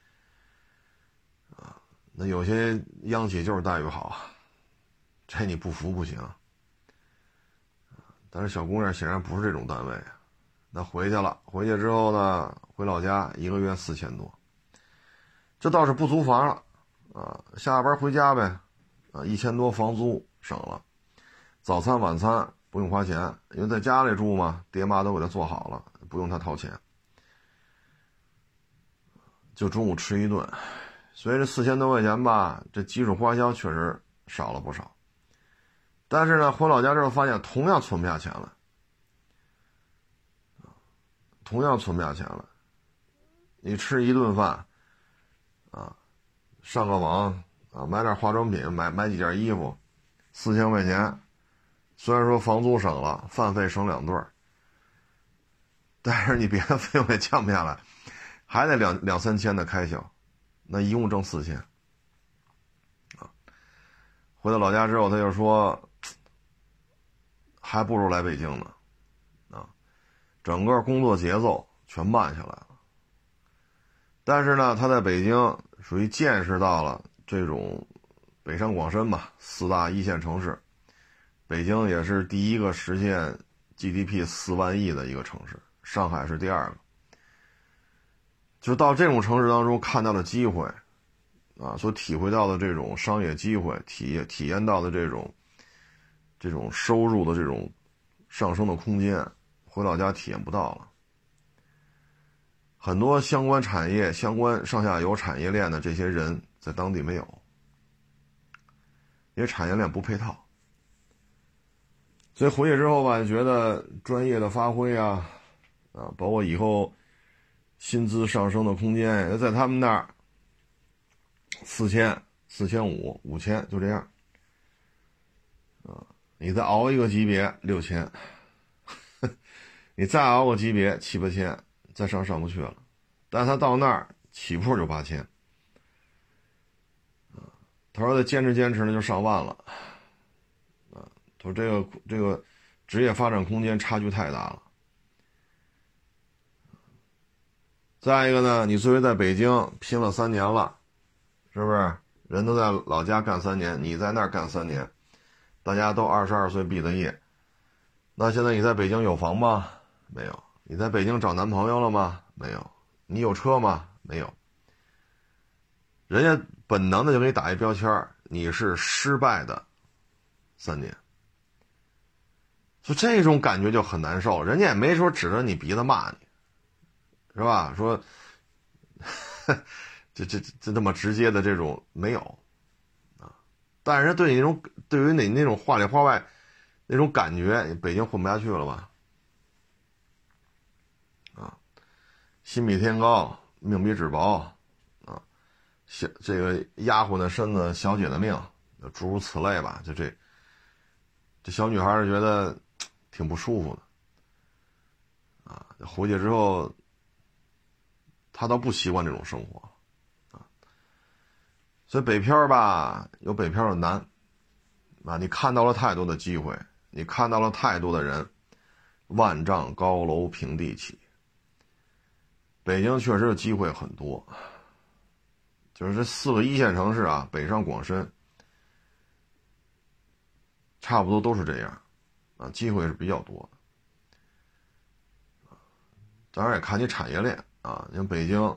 那有些央企就是待遇好，这你不服不行。但是小姑娘显然不是这种单位，那回去了，回去之后呢，回老家1个月4000多，这倒是不租房了啊，下班回家呗，啊，1000多房租省了，早餐晚餐不用花钱，因为在家里住嘛，爹妈都给她做好了，不用她掏钱，就中午吃一顿。所以这4000多块钱吧，这基础花销确实少了不少。但是呢，回老家之后发现同样存不下钱了，同样存不下钱了。你吃一顿饭啊，上个网啊，买点化妆品，买几件衣服，4000块钱，虽然说房租省了，饭费省2顿，但是你别的费用也降不下来，还得两三千的开销。那一共挣4000啊！回到老家之后，他就说，还不如来北京呢，啊，整个工作节奏全慢下来了。但是呢，他在北京属于见识到了这种北上广深吧，4大1线城市，北京也是第一个实现 GDP 4万亿的一个城市，上海是第2个。就到这种城市当中看到的机会啊，所体会到的这种商业机会，体验到的这种收入的这种上升的空间，回老家体验不到了。很多相关产业、相关上下游产业链的这些人在当地没有，因为产业链不配套。所以回去之后吧，就觉得专业的发挥啊，包括以后薪资上升的空间，在他们那儿4000、4500、5000就这样啊。你再熬一个级别6000，你再熬个级别7、8千，再上不去了。但他到那儿起步就8000啊。他说他坚持呢就上万了啊。他说这个职业发展空间差距太大了。再一个呢，你作为在北京拼了3年了，是不是？ 人都在老家干3年，你在那儿干3年，大家都22岁毕的业。那现在你在北京有房吗？没有。你在北京找男朋友了吗？没有。你有车吗？没有。人家本能的就给你打一标签，你是失败的3年。所以这种感觉就很难受，人家也没说指着你鼻子骂你，是吧？说这么直接的这种没有啊，但是对于你那种话里话外那种感觉，北京混不下去了吧？啊，心比天高，命比纸薄啊，这个丫鬟的身子，小姐的命，诸如此类吧。就这小女孩觉得挺不舒服的啊，回去之后她倒不习惯这种生活啊，所以北漂吧有北漂的难啊，你看到了太多的机会，你看到了太多的人，万丈高楼平地起。北京确实有机会很多，就是这4个1线城市啊，北上广深差不多都是这样啊，机会是比较多的。当然也看你产业链啊，像北京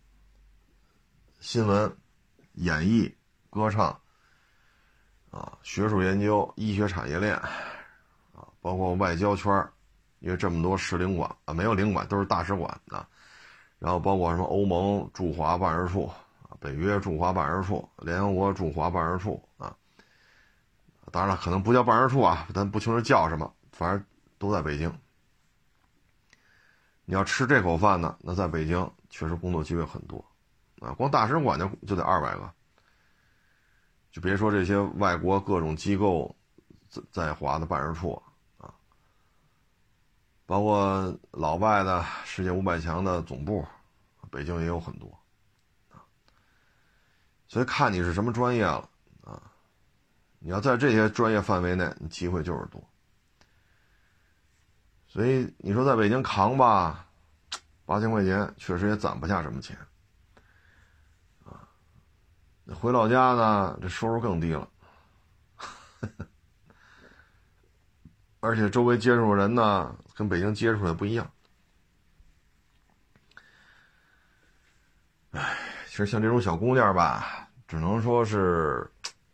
新闻、演艺、歌唱啊，学术研究、医学产业链啊，包括外交圈，因为这么多使领馆啊，没有领馆都是大使馆啊，然后包括什么欧盟驻华办事处啊，北约驻华办事处，联合国驻华办事处啊，当然了，可能不叫办事处啊，咱不清楚叫什么，反正都在北京。你要吃这口饭呢，那在北京确实工作机会很多啊，光大使馆就得200个，就别说这些外国各种机构在华的办事处啊，包括老外的世界500强的总部，北京也有很多啊，所以看你是什么专业了啊，你要在这些专业范围内，你机会就是多。所以你说在北京扛吧，8000块钱确实也攒不下什么钱啊。回老家呢，这收入更低了，而且周围接触的人呢，跟北京接触的不一样。唉，其实像这种小姑娘吧，只能说是，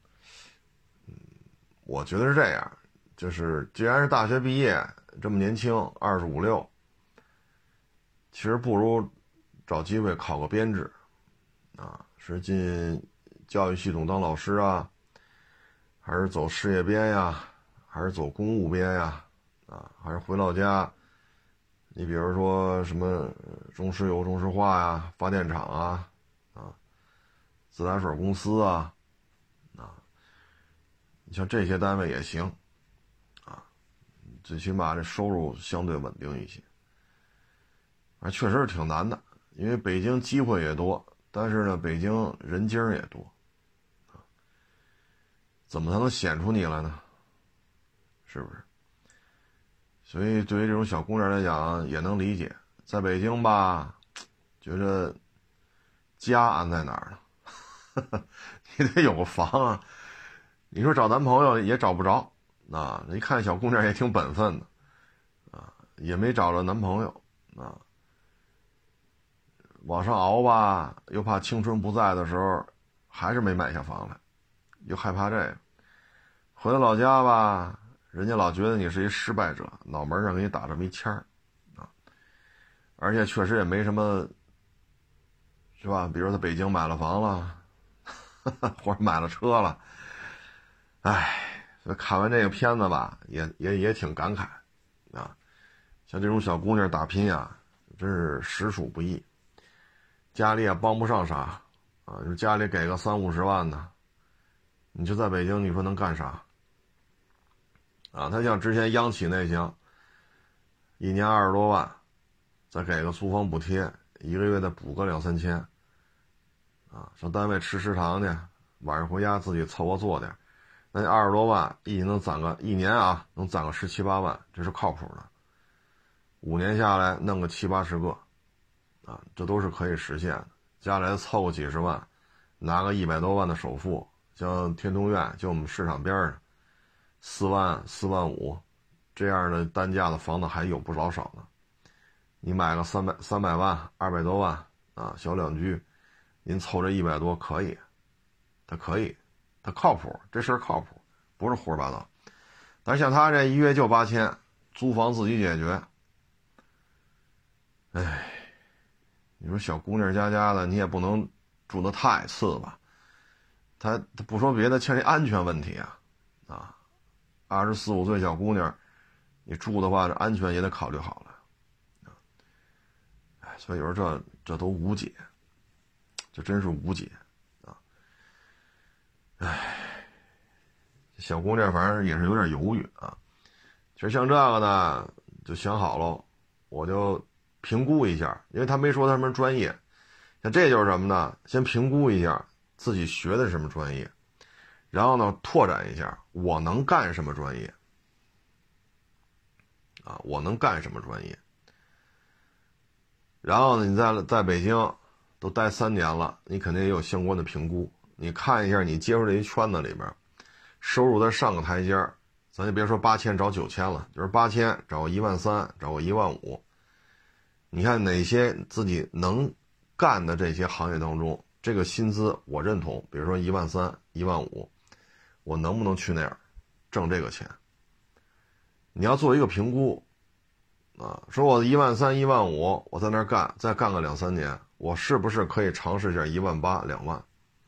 我觉得是这样，就是既然是大学毕业。这么年轻，25、26，其实不如找机会考个编制，啊，是进教育系统当老师啊，还是走事业编呀，还是走公务编呀，啊，还是回老家，你比如说什么中石油、中石化呀、发电厂啊，啊，自来水公司啊，啊，你像这些单位也行。最起码这收入相对稳定一些，确实是挺难的，因为北京机会也多，但是呢，北京人精也多，怎么才能显出你来呢？是不是？所以对于这种小姑娘来讲，也能理解，在北京吧，觉得家安在哪儿呢？你得有个房啊，你说找男朋友也找不着。啊，一看小姑娘也挺本分的，啊，也没找着男朋友，啊，往上熬吧，又怕青春不在的时候，还是没买下房来，又害怕这个。回到老家吧，人家老觉得你是一失败者，脑门上给你打这么一签儿，啊，而且确实也没什么，是吧？比如在北京买了房了，或者买了车了，唉。所以看完这个片子吧，也挺感慨，啊，像这种小姑娘打拼呀，真是实属不易，家里也帮不上啥，啊，你说家里给个30、50万呢，你就在北京，你说能干啥？啊，他像之前央企那行，一年20多万，再给个租房补贴，一个月再补个2、3千，啊，上单位吃食堂去，晚上回家自己凑合做点。那20多万，一年能攒个17、18万，这是靠谱的。5年下来弄个70、80个，啊，这都是可以实现的。家里凑个几十万， 拿个100多万的首付，像天通苑就我们市场边上，4万、4万5，这样的单价的房子还有不老少呢。你买个300万、200多万啊，小两居，您凑这100多可以，它可以，它靠谱，这事儿靠谱，不是胡说八道。但是像他这一月就8000，租房自己解决。哎，你说小姑娘家的，你也不能住得太次吧？他不说别的，牵扯安全问题啊，24、25岁小姑娘，你住的话，这安全也得考虑好了。哎，所以有时候这都无解，这真是无解啊！哎，小姑娘反正也是有点犹豫啊。其实像这个呢，就想好了，我就评估一下，因为他没说他什么专业，像这就是什么呢？先评估一下自己学的是什么专业，然后呢拓展一下我能干什么专业啊，我能干什么专业。然后呢，你在北京都待3年了，你肯定也有相关的评估，你看一下你接触这一圈子里边，收入再上个台阶，咱就别说8000找9000了，就是8000找个13000，找个15000，你看哪些自己能干的这些行业当中，这个薪资我认同，比如说13000、15000，我能不能去那样挣这个钱？你要做一个评估啊，说我13000、15000，我在那儿干，再干个2-3年，我是不是可以尝试一下18000、2万？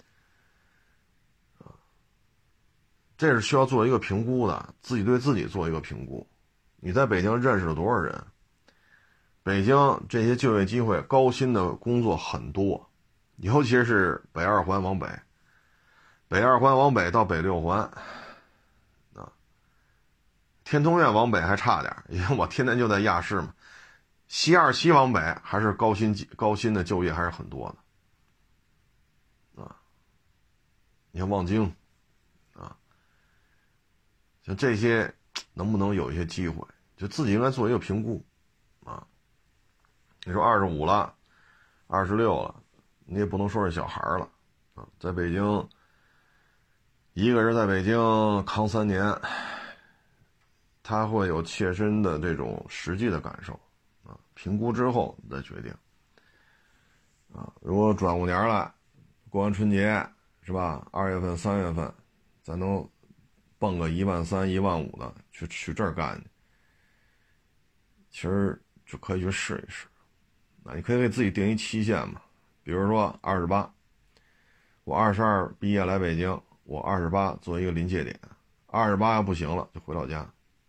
这是需要做一个评估的，自己对自己做一个评估。你在北京认识了多少人？北京这些就业机会、高薪的工作很多，尤其是北2环往北，北2环往北到北6环，啊，天通苑往北还差点，因为我天天就在亚市嘛。西27往北还是高薪的就业还是很多的，啊，你看望京，啊，像这些能不能有一些机会，就自己应该做一个评估，啊。你说25了，26了，你也不能说是小孩了啊！在北京，一个人在北京扛3年，他会有切身的这种实际的感受啊。评估之后再决定啊。如果转过年了，过完春节是吧？2月份、3月份，咱能蹦个13000、15000的去这儿干去，其实就可以去试一试。你可以给自己定一期限嘛，比如说28，我22毕业来北京，我28做一个临界点，28要不行了就回老家。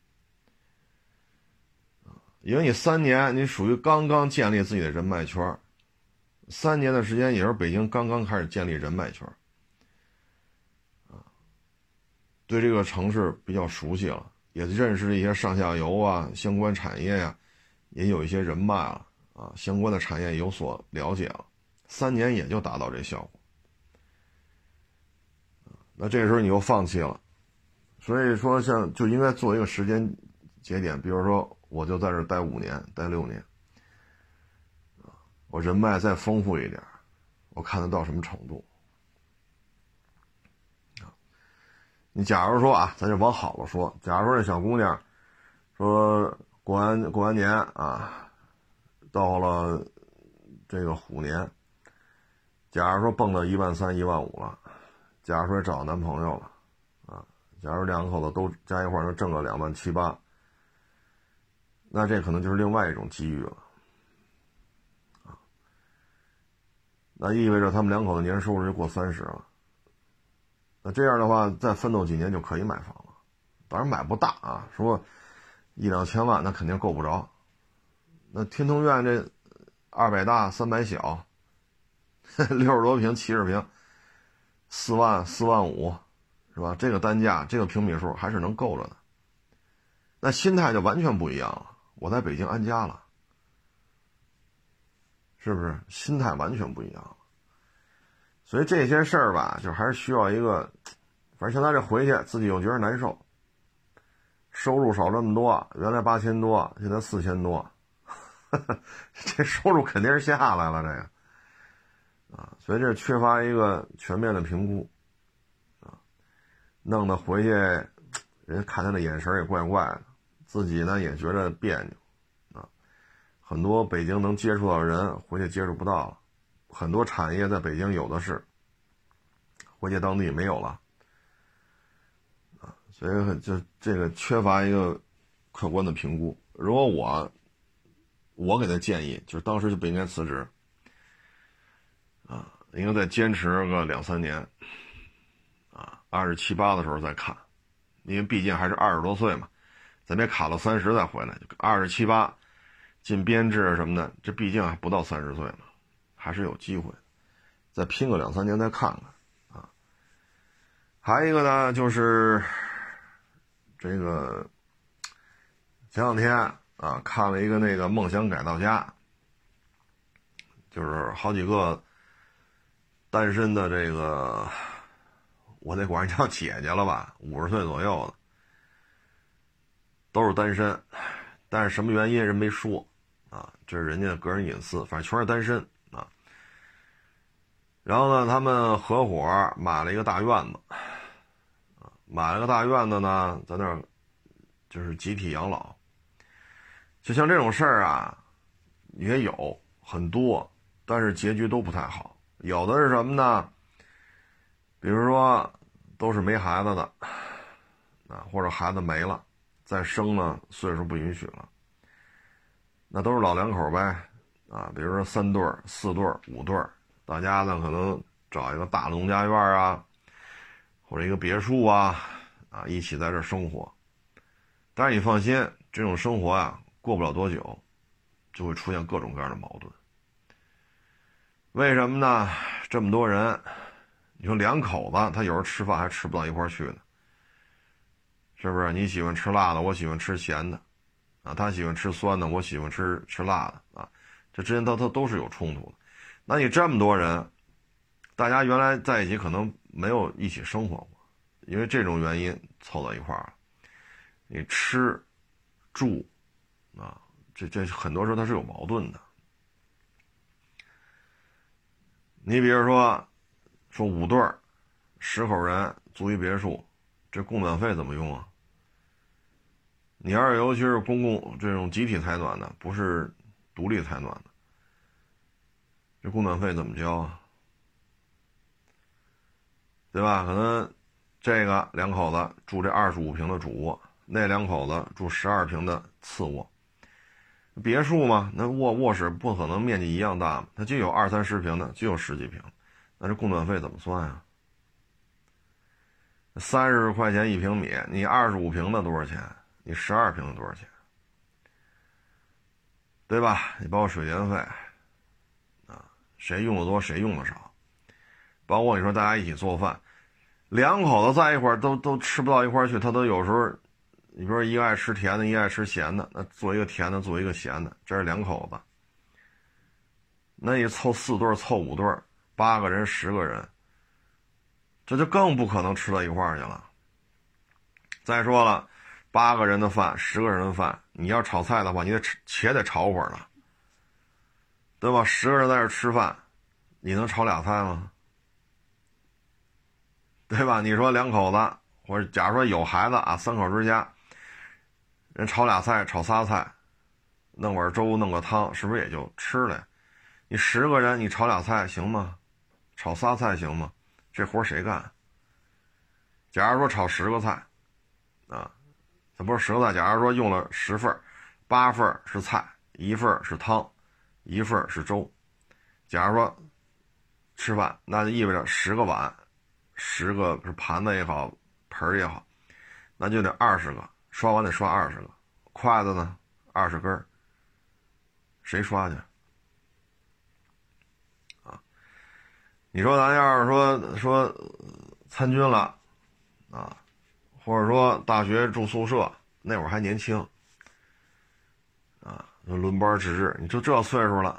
因为你3年，你属于刚刚建立自己的人脉圈，3年的时间也是北京刚刚开始建立人脉圈，对这个城市比较熟悉了，也认识一些上下游啊、相关产业呀，也有一些人脉了。啊，相关的产业有所了解了，3年也就达到这效果。那这个时候你又放弃了，所以说就应该做一个时间节点，比如说我就在这待5年、待6年，我人脉再丰富一点，我看得到什么程度。你假如说啊，咱就往好了说，假如说这小姑娘说过完年啊。到了这个虎年，假如说蹦到13000、15000了，假如说找男朋友了，啊，假如2口子都加一块能挣个27800，那这可能就是另外一种机遇了，啊，那意味着他们2口子年收入就过30了，那这样的话再奋斗几年就可以买房了，当然买不大啊，说1-2千万那肯定够不着。那天通苑这200大300小，60多平70平，4万4万5，是吧？这个单价这个平米数还是能够着的。那心态就完全不一样了，我在北京安家了，是不是？心态完全不一样了。所以这些事儿吧，就还是需要一个，反正现在这回去自己又觉得难受，收入少这么多，原来8000多，现在4000多。这收入肯定是下来了，这个所以这缺乏一个全面的评估弄得回去人看他的眼神也怪怪的，自己呢也觉得别扭很多北京能接触到的人回去接触不到了，很多产业在北京有的是，回去当地没有了所以就这个缺乏一个客观的评估。如果我给他建议，就是当时就不应该辞职应该再坚持个2-3年27、8的时候再看，因为毕竟还是20多岁嘛，咱别卡了30再回来，27、8进编制什么的，这毕竟还不到30岁嘛，还是有机会，再拼个2-3年再看看还有一个呢，就是这个前两天看了一个那个梦想改造家，就是好几个单身的这个，我得管人叫姐姐了吧，50岁左右的，都是单身，但是什么原因人没说这是人家的个人隐私，反正全是单身然后呢，他们合伙买了一个大院子买了个大院子呢，在那儿就是集体养老。就像这种事儿也有很多，但是结局都不太好。有的是什么呢？比如说都是没孩子的或者孩子没了，再生呢岁数不允许了，那都是老两口呗比如说3对儿、4对儿、5对儿，大家呢可能找一个大农家院或者一个别墅一起在这生活。但是你放心，这种生活过不了多久就会出现各种各样的矛盾。为什么呢？这么多人，你说两口子他有时候吃饭还吃不到一块去呢，是不是？你喜欢吃辣的，我喜欢吃咸的他喜欢吃酸的，我喜欢吃辣的这之间他都是有冲突的。那你这么多人，大家原来在一起可能没有一起生活过，因为这种原因凑到一块儿，你吃住这很多时候它是有矛盾的。你比如说5对儿10口人租一别墅，这供暖费怎么用你要是尤其是公共这种集体采暖的，不是独立采暖的，这供暖费怎么交对吧？可能这个两口子住这25平的主卧，那两口子住12平的次卧。别墅嘛，那卧室不可能面积一样大嘛，它就有20-30平的，就有10几平，那这供暖费怎么算30块钱1平米，你25平的多少钱？你12平的多少钱？对吧？你包括水电费谁用的多谁用的少，包括你说大家一起做饭，两口子在一块儿都吃不到一块儿去，他都有时候你比如说一个爱吃甜的，一个爱吃咸的，那做一个甜的，做一个咸的，这是两口子。那你凑4对凑5对8个人10个人，这就更不可能吃到一块儿去了。再说了，8个人的饭10个人的饭，你要炒菜的话，你且得炒会儿呢，对吧？10个人在这吃饭，你能炒俩菜吗？对吧？你说两口子，或者假如说有孩子3口之家，人炒俩菜，炒仨菜，弄碗粥，弄个汤，是不是也就吃了呀？你10个人，你炒俩菜行吗？炒仨菜行吗？这活谁干？假如说炒10个菜它不是10个菜，假如说用了10份，8份是菜，1份是汤，1份是粥。假如说吃饭，那就意味着10个碗，10个是盘子也好，盆也好，那就得20个，刷碗得刷20个，筷子呢20根，谁刷去你说咱要是说参军了或者说大学住宿舍，那会儿还年轻轮班值，你就这岁数了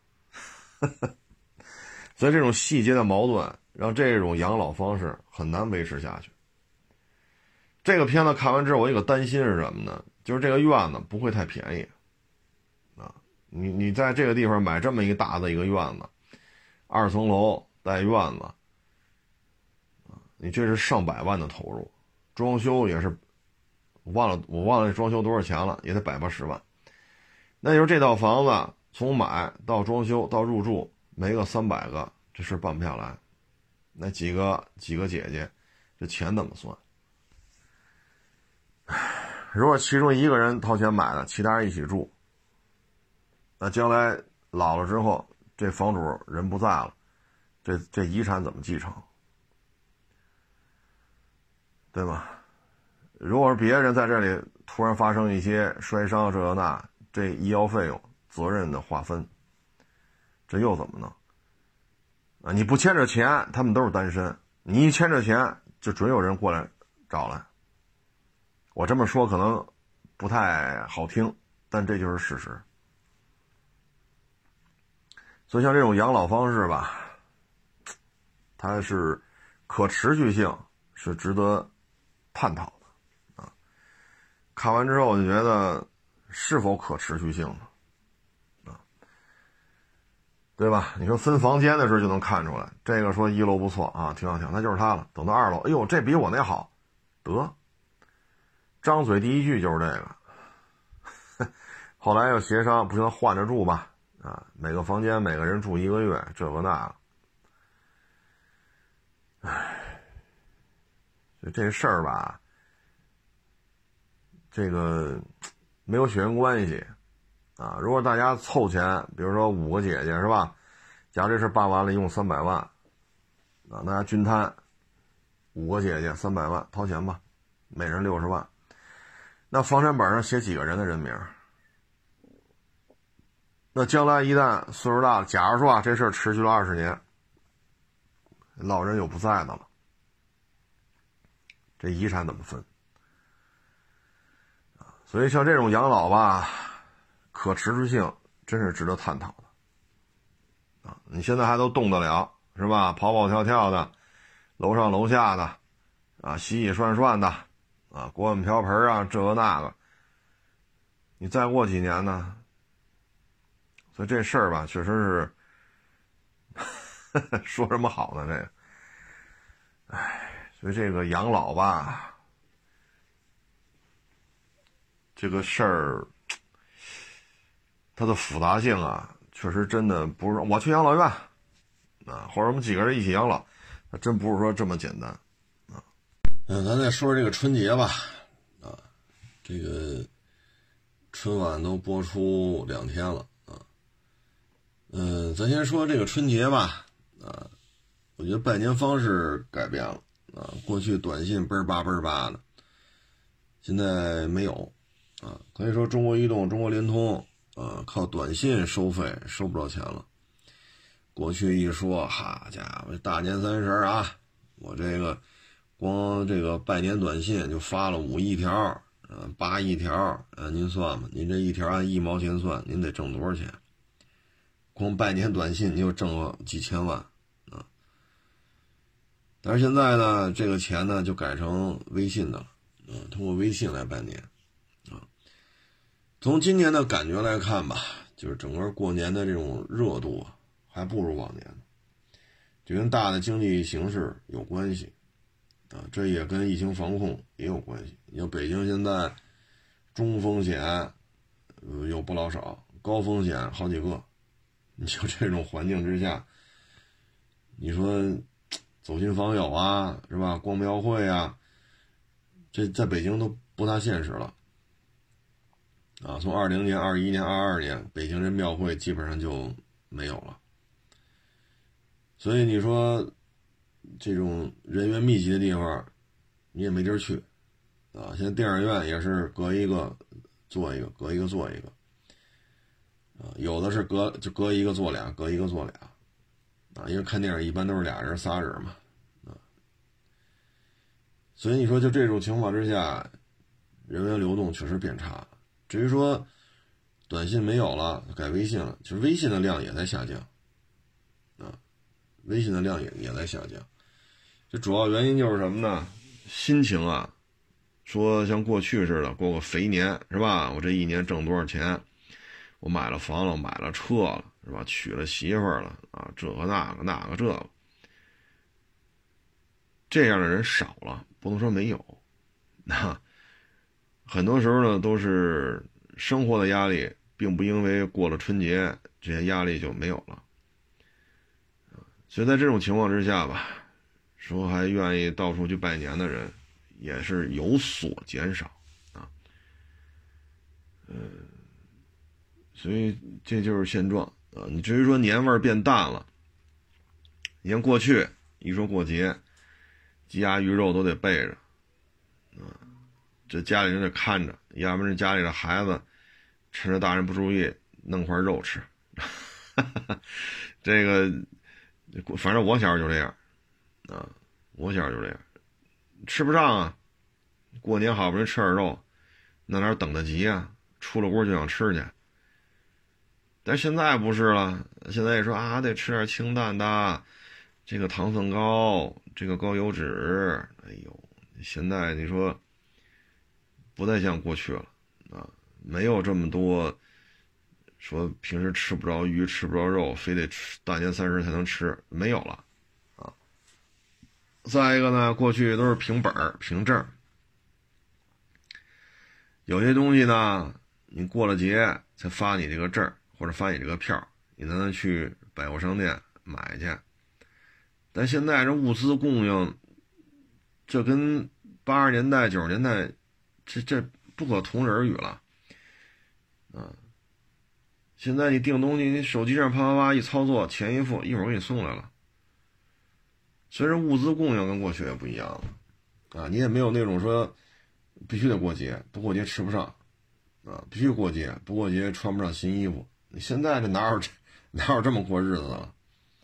所以这种细节的矛盾让这种养老方式很难维持下去。这个片子看完之后，我有个担心是什么呢？就是这个院子不会太便宜你在这个地方买这么一个大的一个院子 2层楼带院子，你这是上百万的投入，装修也是，我忘了这装修多少钱了，也得180万。那就是这套房子从买到装修到入住没个300个，这事办不下来。那几个姐姐，这钱怎么算？如果其中一个人掏钱买的，其他人一起住，那将来老了之后，这房主人不在了，这遗产怎么继承？对吧？如果是别人在这里突然发生一些摔伤这那，这医药费用责任的划分，这又怎么弄？啊，你不牵着钱，他们都是单身；你一牵着钱，就准有人过来找来。我这么说可能不太好听，但这就是事实。所以像这种养老方式吧，它是可持续性是值得探讨的啊。看完之后我就觉得是否可持续性呢？啊，对吧？你说分房间的时候就能看出来，这个说1楼不错啊，挺好，那就是他了。等到2楼，哎呦，这比我那好，得，张嘴第一句就是这个。后来又协商，不行换着住吧，啊，每个房间每个人住1个月，这个那个。唉，就这事儿吧，这个没有血缘关系啊。如果大家凑钱，比如说5个姐姐是吧？假如这事办完了，一共300万，啊，大家均摊，5个姐姐300万，掏钱吧，每人60万。那房产本上写几个人的人名？那将来一旦岁数大了，假如说啊，这事儿持续了20年，老人有不在的了，这遗产怎么分？所以像这种养老吧，可持续性真是值得探讨的啊！你现在还都动得了是吧？跑跑跳跳的，楼上楼下的，啊，洗洗涮涮的，啊，锅碗瓢盆啊，这个那个，你再过几年呢？所以这事儿吧，确实是说什么好呢？这个，唉，所以这个养老吧，这个事儿，它的复杂性啊，确实真的不是我去养老院啊，或者我们几个人一起养老，它真不是说这么简单啊。 咱再说说这个春节吧，啊，这个春晚都播出2天了啊。咱先说这个春节吧，啊，我觉得拜年方式改变了啊，过去短信嘣儿吧的，现在没有啊，可以说中国移动、中国联通啊，靠短信收费收不着钱了。过去一说，好家伙，大年30啊，我这个光这个拜年短信就发了5亿条，8亿条，您算吧，您这一条按1毛钱算，您得挣多少钱？光拜年短信你就挣了几千万啊！但是现在呢，这个钱呢就改成微信的了，通过微信来拜年啊。从今年的感觉来看吧，就是整个过年的这种热度啊，还不如往年，这跟大的经济形势有关系啊，这也跟疫情防控也有关系。你像北京现在中风险有不老少，高风险好几个。你就这种环境之下，你说走亲访友啊，是吧？逛庙会啊，这在北京都不大现实了啊。从20年、21年、22年，北京这庙会基本上就没有了。所以你说这种人员密集的地方，你也没地儿去啊。现在电影院也是隔一个做一个，隔一个做一个。有的是隔一个做俩，隔一个做俩，啊，因为看电影一般都是俩人仨人嘛，啊，所以你说就这种情况之下，人员流动确实变差了。至于说短信没有了，改微信了，其实微信的量也在下降，啊，微信的量也在下降。这主要原因就是什么呢？心情啊，说像过去似的过个肥年是吧？我这一年挣多少钱？ 我买了房了，买了车了，是吧？娶了媳妇儿了啊，这个那个那个这个，这样的人少了，不能说没有。那很多时候呢，都是生活的压力，并不因为过了春节，这些压力就没有了。所以在这种情况之下吧，说还愿意到处去拜年的人，也是有所减少啊。所以这就是现状啊。你至于说年味儿变淡了，你看过去一说过节，鸡鸭鱼肉都得备着啊，这家里人得看着，要不然家里的孩子趁着大人不注意弄块肉吃。这个反正我小时候就这样啊，我小时候就这样，吃不上啊，过年好不容易吃点肉，那哪等得及啊，出了锅就想吃去。但现在不是了，现在也说啊，得吃点清淡的，这个糖分高，这个高油脂，哎呦，现在你说不再像过去了啊，没有这么多说平时吃不着鱼吃不着肉，非得吃大年30才能吃，没有了啊。再一个呢，过去都是凭本凭证，有些东西呢，你过了节才发你这个证或者发你这个票，你才能去百货商店买去。但现在这物资供应，这跟80年代90年代这不可同日而语了啊！现在你订东西，你手机上啪啪啪一操作，钱一付，一会儿给你送来了。所以这物资供应跟过去也不一样了啊！你也没有那种说必须得过节，不过节吃不上啊，必须过节，不过节穿不上新衣服。你现在这哪有这么过日子的了？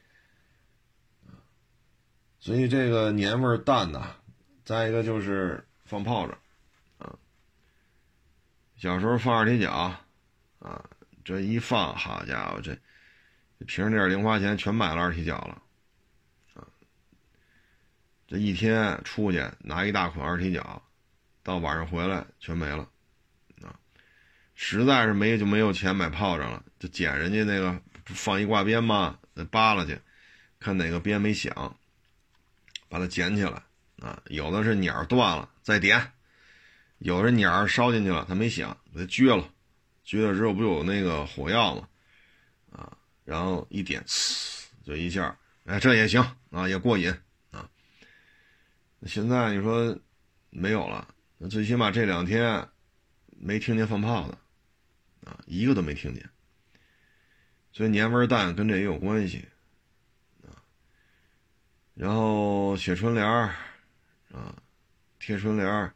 所以这个年味淡呐，再一个就是放炮仗啊。小时候放二踢脚啊，这一放，好家伙，这平时那点零花钱全买了二踢脚了啊。这一天出去拿一大捆二踢脚，到晚上回来全没了啊。实在是没有钱买炮仗了，就捡人家那个放一挂鞭嘛，扒拉去，看哪个鞭没响，把它捡起来啊。有的是鸟断了再点，有的是鸟烧进去了它没响，给它撅了，撅了之后不有那个火药嘛啊，然后一点，就一下，哎，这也行啊，也过瘾啊。现在你说没有了，那最起码这2天没听见放炮的啊，一个都没听见。所以年味淡跟这也有关系啊。然后写春联啊，贴春联，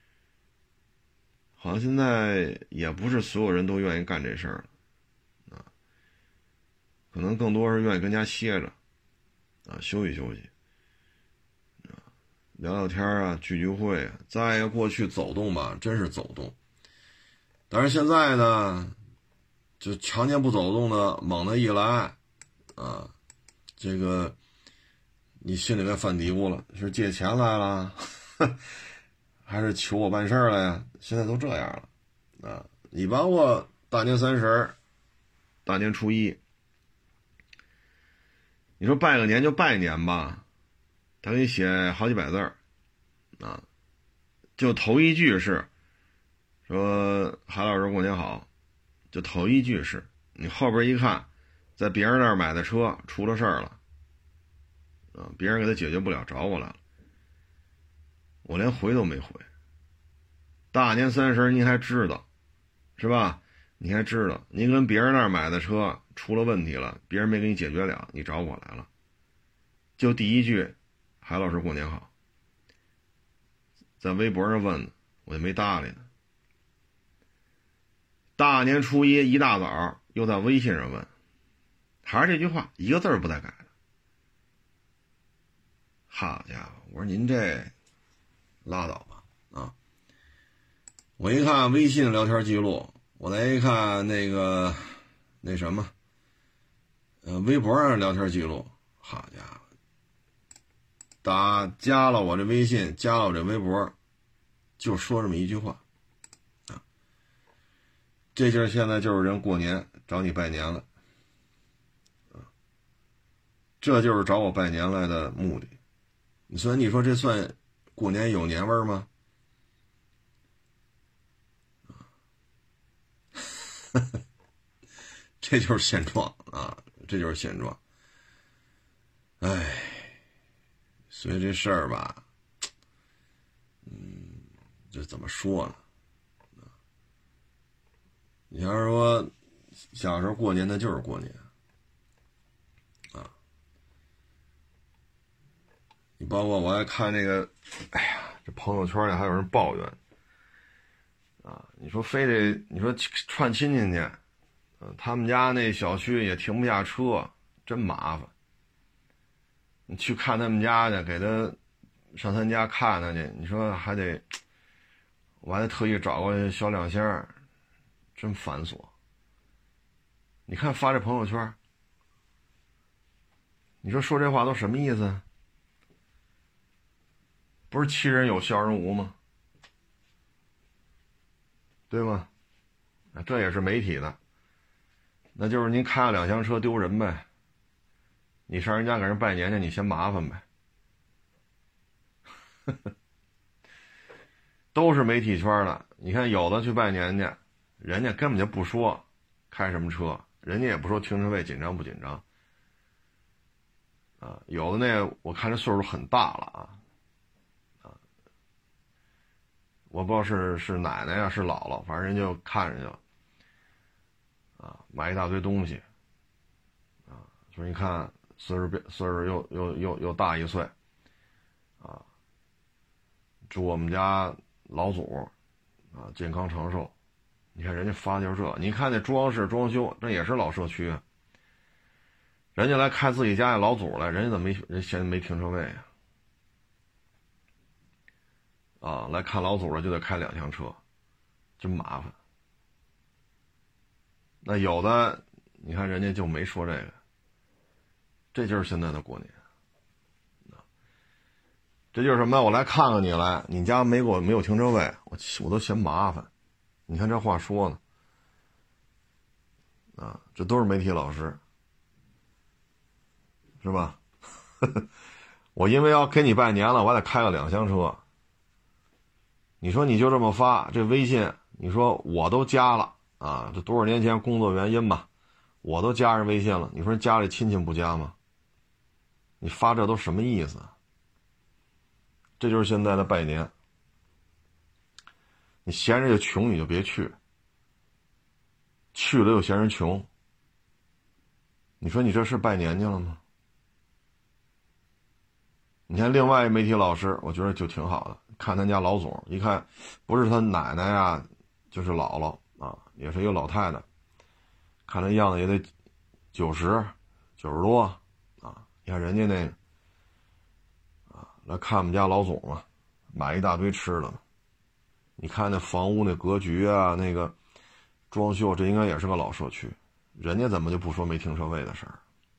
好像现在也不是所有人都愿意干这事儿了啊，可能更多是愿意跟家歇着啊，休息休息啊，聊聊天啊，聚聚会啊。再一个过去走动吧，真是走动，但是现在呢，就常年不走动的，猛的一来啊，这个你心里该犯嘀咕了，是借钱来了还是求我办事儿了呀？现在都这样了啊！你包括大年30、大年初一，你说拜个年就拜年吧，他给你写好几百字啊，就头一句是说韩老师过年好，就头一句是，你后边一看，在别人那儿买的车出了事儿了啊，别人给他解决不了，找我来了，我连回都没回。大年30您还知道是吧？你还知道您跟别人那儿买的车出了问题了，别人没给你解决了，你找我来了，就第一句海老师过年好，在微博上问的，我就没搭理他。大年初一一大早又在微信上问，还是这句话，一个字不带改的。好家伙，我说您这拉倒吧啊！我一看微信聊天记录，我再一看那什么微博上聊天记录，好家伙，加了我这微信，加了我这微博，就说这么一句话啊。 这就是现在就是人过年找你拜年了，这就是找我拜年来的目的。所以你说这算过年有年味儿吗？这就是现状啊，这就是现状。哎，所以这事儿吧，这怎么说呢？你要是说小时候过年，那就是过年啊。你包括我还看这个，哎呀，这朋友圈里还有人抱怨啊，你说非得你说串亲戚去，他们家那小区也停不下车，真麻烦。你去看他们家去，给他上他家看他去，你说还得，我还得特意找个小两厢，真繁琐。你看发这朋友圈，你说这话都什么意思？不是欺人有笑人无吗？对吗？这也是媒体的，那就是您开了两厢车丢人呗。你上人家给人拜年去，你嫌麻烦呗。都是媒体圈的，你看有的去拜年去，人家根本就不说开什么车，人家也不说停车位紧张不紧张啊。有的那我看这岁数很大了啊，我不知道是奶奶呀是姥姥，反正人就看人去了啊，买一大堆东西啊，就是你看岁数又大1岁啊，祝我们家老祖啊健康长寿。你看人家发的就是这，你看那装饰装修，这也是老社区啊。人家来看自己家的老祖来，人家怎么人嫌没停车位啊？来看老祖了就得开2厢车，真麻烦。那有的你看人家就没说这个，这就是现在的过年。这就是什么？我来看看你来，你家没有停车位，我都嫌麻烦。你看这话说呢，啊，这都是媒体老师，是吧？我因为要给你拜年了，我还得开个2厢车。你说你就这么发这微信，你说我都加了啊，这多少年前工作原因吧，我都加人微信了。你说家里亲戚不加吗？你发这都什么意思啊？这就是现在的拜年。你嫌人家穷你就别去，去了又嫌人穷，你说你这是拜年去了吗？你看另外一媒体老师，我觉得就挺好的，看他家老总，一看不是他奶奶呀，就是姥姥啊，也是一个老太太，看他样子也得90多啊。你看人家那啊来看我们家老总嘛，买一大堆吃的嘛。你看那房屋那格局啊，那个装修，这应该也是个老社区，人家怎么就不说没停车位的事儿？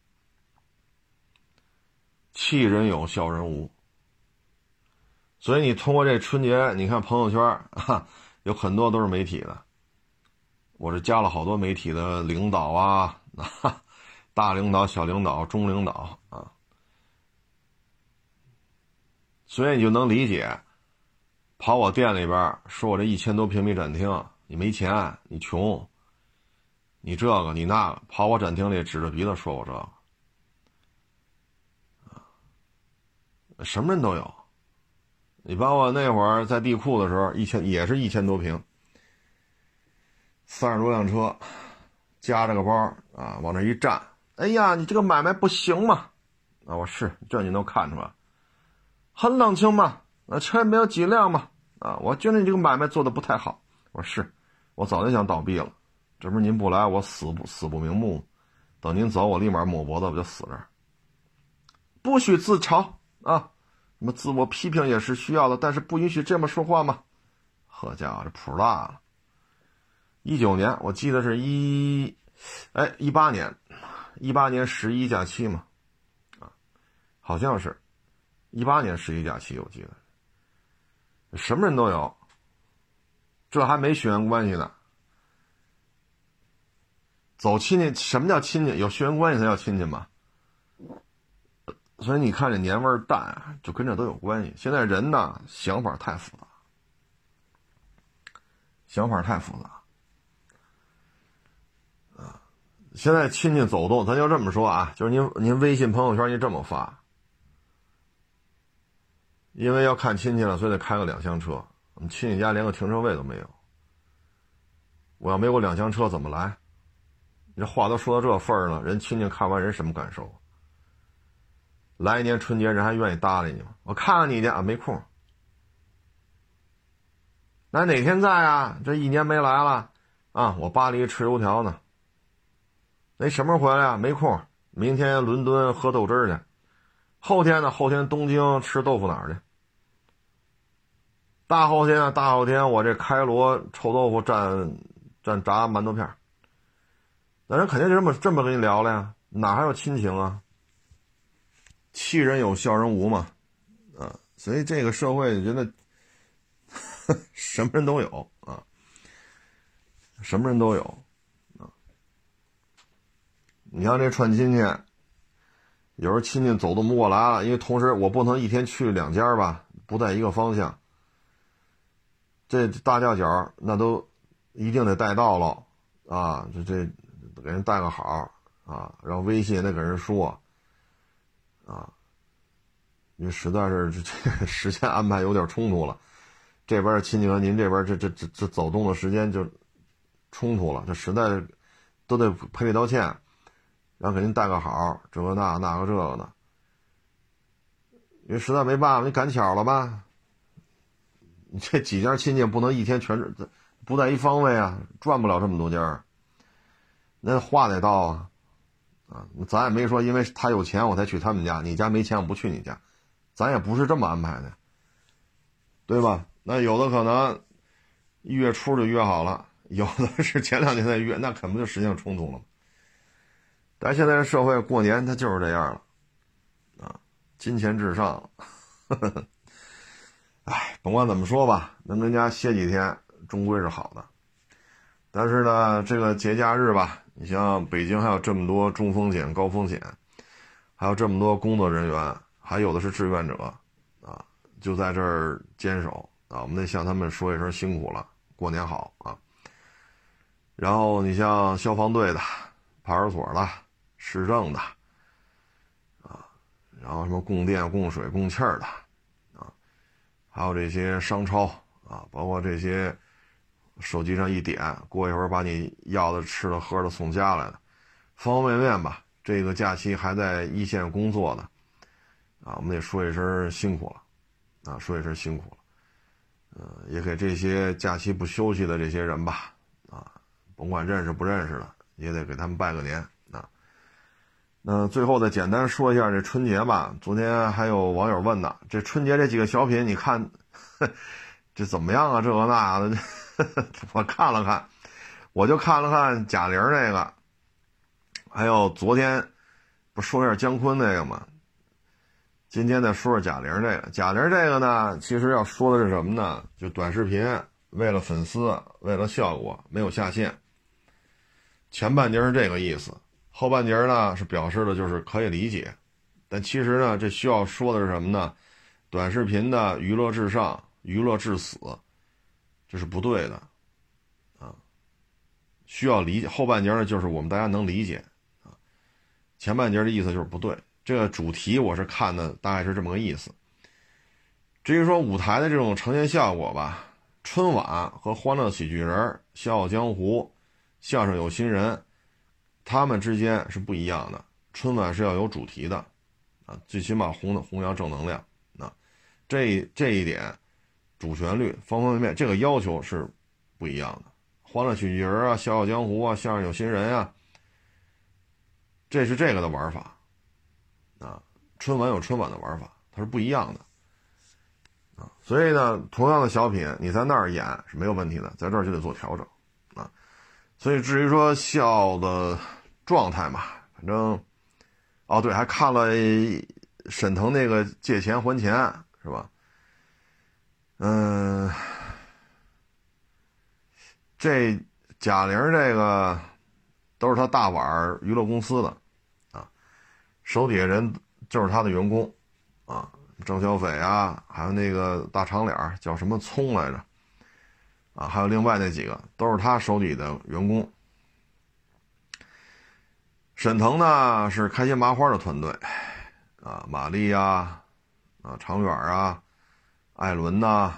气人有笑人无。所以你通过这春节，你看朋友圈啊，有很多都是媒体的。我是加了好多媒体的领导啊，大领导、小领导、中领导啊，所以你就能理解。跑我店里边说我这1000多平米展厅，你没钱，你穷，你这个你那个，跑我展厅里指着鼻子说我这个，什么人都有。你包括那会儿在地库的时候，也是1000多平，30多辆车，夹着个包啊，往那一站，哎呀，你这个买卖不行嘛？啊，我是这你能看出来，很冷清嘛？车也没有几辆嘛？啊，我觉得你这个买卖做的不太好。我说是，我早就想倒闭了，这不是您不来，我死不瞑目。等您走，我立马抹脖子，我就死这儿。不许自嘲啊！什么自我批评也是需要的，但是不允许这么说话嘛。好家伙，这谱大了。19年，我记得是18年11假期嘛，啊，好像是18年11假期，我记得。什么人都有，这还没血缘关系呢。 走亲戚，什么叫亲戚？有血缘关系才叫亲戚嘛。所以你看这年味淡，就跟这都有关系。现在人呢，想法太复杂，现在亲戚走动，咱就这么说啊，就是您微信朋友圈您这么发，因为要看亲戚了，所以得开个2厢车。我们亲戚家连个停车位都没有，我要没有2厢车怎么来？你这话都说到这份儿了，人亲戚看完人什么感受？来一年春节人还愿意搭理你吗？我看看你去啊，没空。那哪天在啊？这1年没来了啊，我巴黎吃油条呢。那什么时候回来啊？没空。明天伦敦喝豆汁儿去。后天呢？后天东京吃豆腐脑去。大后天啊，大后天我这开罗臭豆腐蘸炸馒头片。那人肯定就这么跟你聊了呀，哪还有亲情啊？气人有笑人无嘛，啊，所以这个社会觉得什么人都有啊，什么人都有啊。你像这串亲戚，有时候亲戚走动不过来了，因为同时我不能一天去2家吧，不在一个方向。这大吊脚那都一定得带到了啊，这给人带个好啊，然后微信得给人说啊，因为实在是这时间安排有点冲突了，这边亲戚和您这边这走动的时间就冲突了，这实在是都得赔礼道歉，然后给您带个好，这个那个这个的，因为实在没办法，你赶巧了吧？你这几家亲戚不能一天全不在一方位啊，赚不了这么多家，那话得到啊。咱也没说因为他有钱我才去他们家，你家没钱我不去你家，咱也不是这么安排的，对吧？那有的可能1月初就约好了，有的是前2天再约，那肯不就实际上冲突了吗？但现在社会过年它就是这样了啊，金钱至上。哎，甭管怎么说吧，能跟家歇几天终归是好的。但是呢，这个节假日吧，你像北京还有这么多中风险、高风险，还有这么多工作人员，还有的是志愿者啊，就在这儿坚守啊，我们得向他们说一声辛苦了，过年好啊。然后你像消防队的、派出所的、市政的啊，然后什么供电、供水、供气儿的啊，还有这些商超啊，包括这些手机上一点，过一会儿把你要的、吃的、喝的送家来的，方方面面吧。这个假期还在一线工作的啊，我们得说一声辛苦了啊，说一声辛苦了。也给这些假期不休息的这些人吧，啊，甭管认识不认识的，也得给他们拜个年啊。那最后再简单说一下这春节吧。昨天还有网友问呢，这春节这几个小品，你看这怎么样啊？这个那的，我看了看，我就看了看贾玲那个，还有昨天不说一下姜昆那个吗？今天再说说贾玲这个。贾玲这个呢，其实要说的是什么呢？就短视频为了粉丝，为了效果没有下线。前半截是这个意思，后半截呢是表示的就是可以理解，但其实呢，这需要说的是什么呢？短视频的娱乐至上，娱乐至死，这是不对的啊。需要理解。后半截呢，就是我们大家能理解啊。前半截的意思就是不对。这个主题我是看的大概是这么个意思。至于说舞台的这种呈现效果吧，春晚和欢乐喜剧人、笑傲江湖、相声有新人，他们之间是不一样的。春晚是要有主题的啊，最起码弘扬正能量啊，这一点主旋律方方面面这个要求是不一样的。欢乐喜剧人啊，笑傲江湖啊，相声有新人啊，这是这个的玩法啊，春晚有春晚的玩法，它是不一样的啊。所以呢，同样的小品，你在那儿演是没有问题的，在这儿就得做调整啊。所以至于说笑的状态嘛，反正哦对，还看了沈腾那个借钱还钱是吧？这贾玲这个都是他大碗娱乐公司的啊，手底下人就是他的员工啊，郑小斐啊，还有那个大长脸叫什么聪来着啊，还有另外那几个都是他手底的员工。沈腾呢是开心麻花的团队啊，马丽呀、常远啊，艾伦呐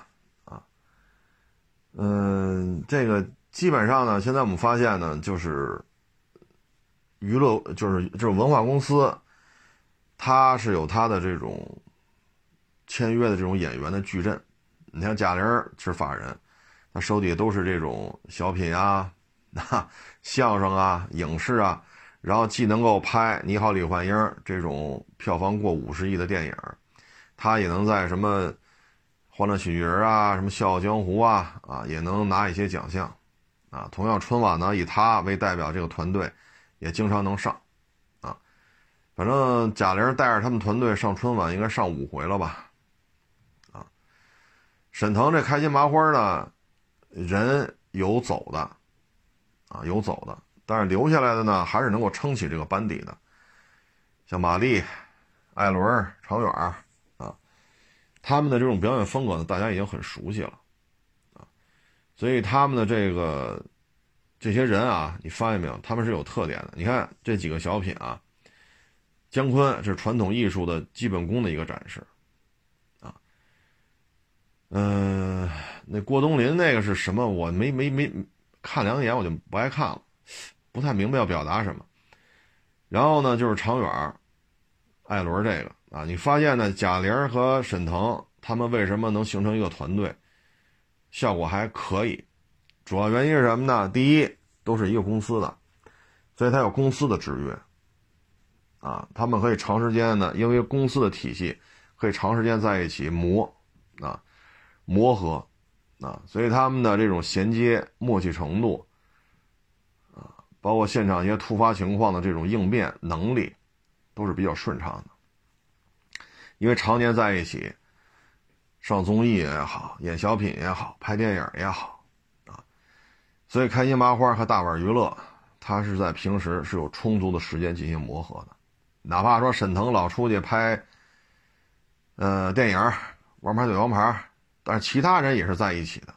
这个基本上呢，现在我们发现呢，就是娱乐，就是这种文化公司，它是有它的这种签约的这种演员的矩阵。你看贾玲是法人，他手底下都是这种小品啊、相声啊、影视啊，然后既能够拍《你好，李焕英》这种票房过50亿的电影，他也能在什么《欢乐喜剧人》啊、什么《笑傲江湖》啊也能拿一些奖项啊。同样春晚呢，以他为代表这个团队也经常能上啊。反正贾玲带着他们团队上春晚应该上5回了吧啊。沈腾这开心麻花呢，人有走的啊，有走的，但是留下来的呢，还是能够撑起这个班底的，像马丽、艾伦、常远啊，他们的这种表演风格呢，大家已经很熟悉了啊，所以他们的这些人啊，你发现没有，他们是有特点的。你看这几个小品啊，姜昆是传统艺术的基本功的一个展示啊，那郭冬临那个是什么？我没看2眼我就不爱看了，不太明白要表达什么。然后呢，就是常远、艾伦这个啊，你发现呢，贾玲和沈腾他们为什么能形成一个团队，效果还可以？主要原因是什么呢？第一，都是一个公司的，所以他有公司的制约啊，他们可以长时间呢，因为公司的体系可以长时间在一起磨合啊，所以他们的这种衔接默契程度啊，包括现场一些突发情况的这种应变能力都是比较顺畅的，因为常年在一起上综艺也好，演小品也好，拍电影也好啊，所以开心麻花和大碗娱乐它是在平时是有充足的时间进行磨合的，哪怕说沈腾老出去拍电影王牌对王牌，但是其他人也是在一起的，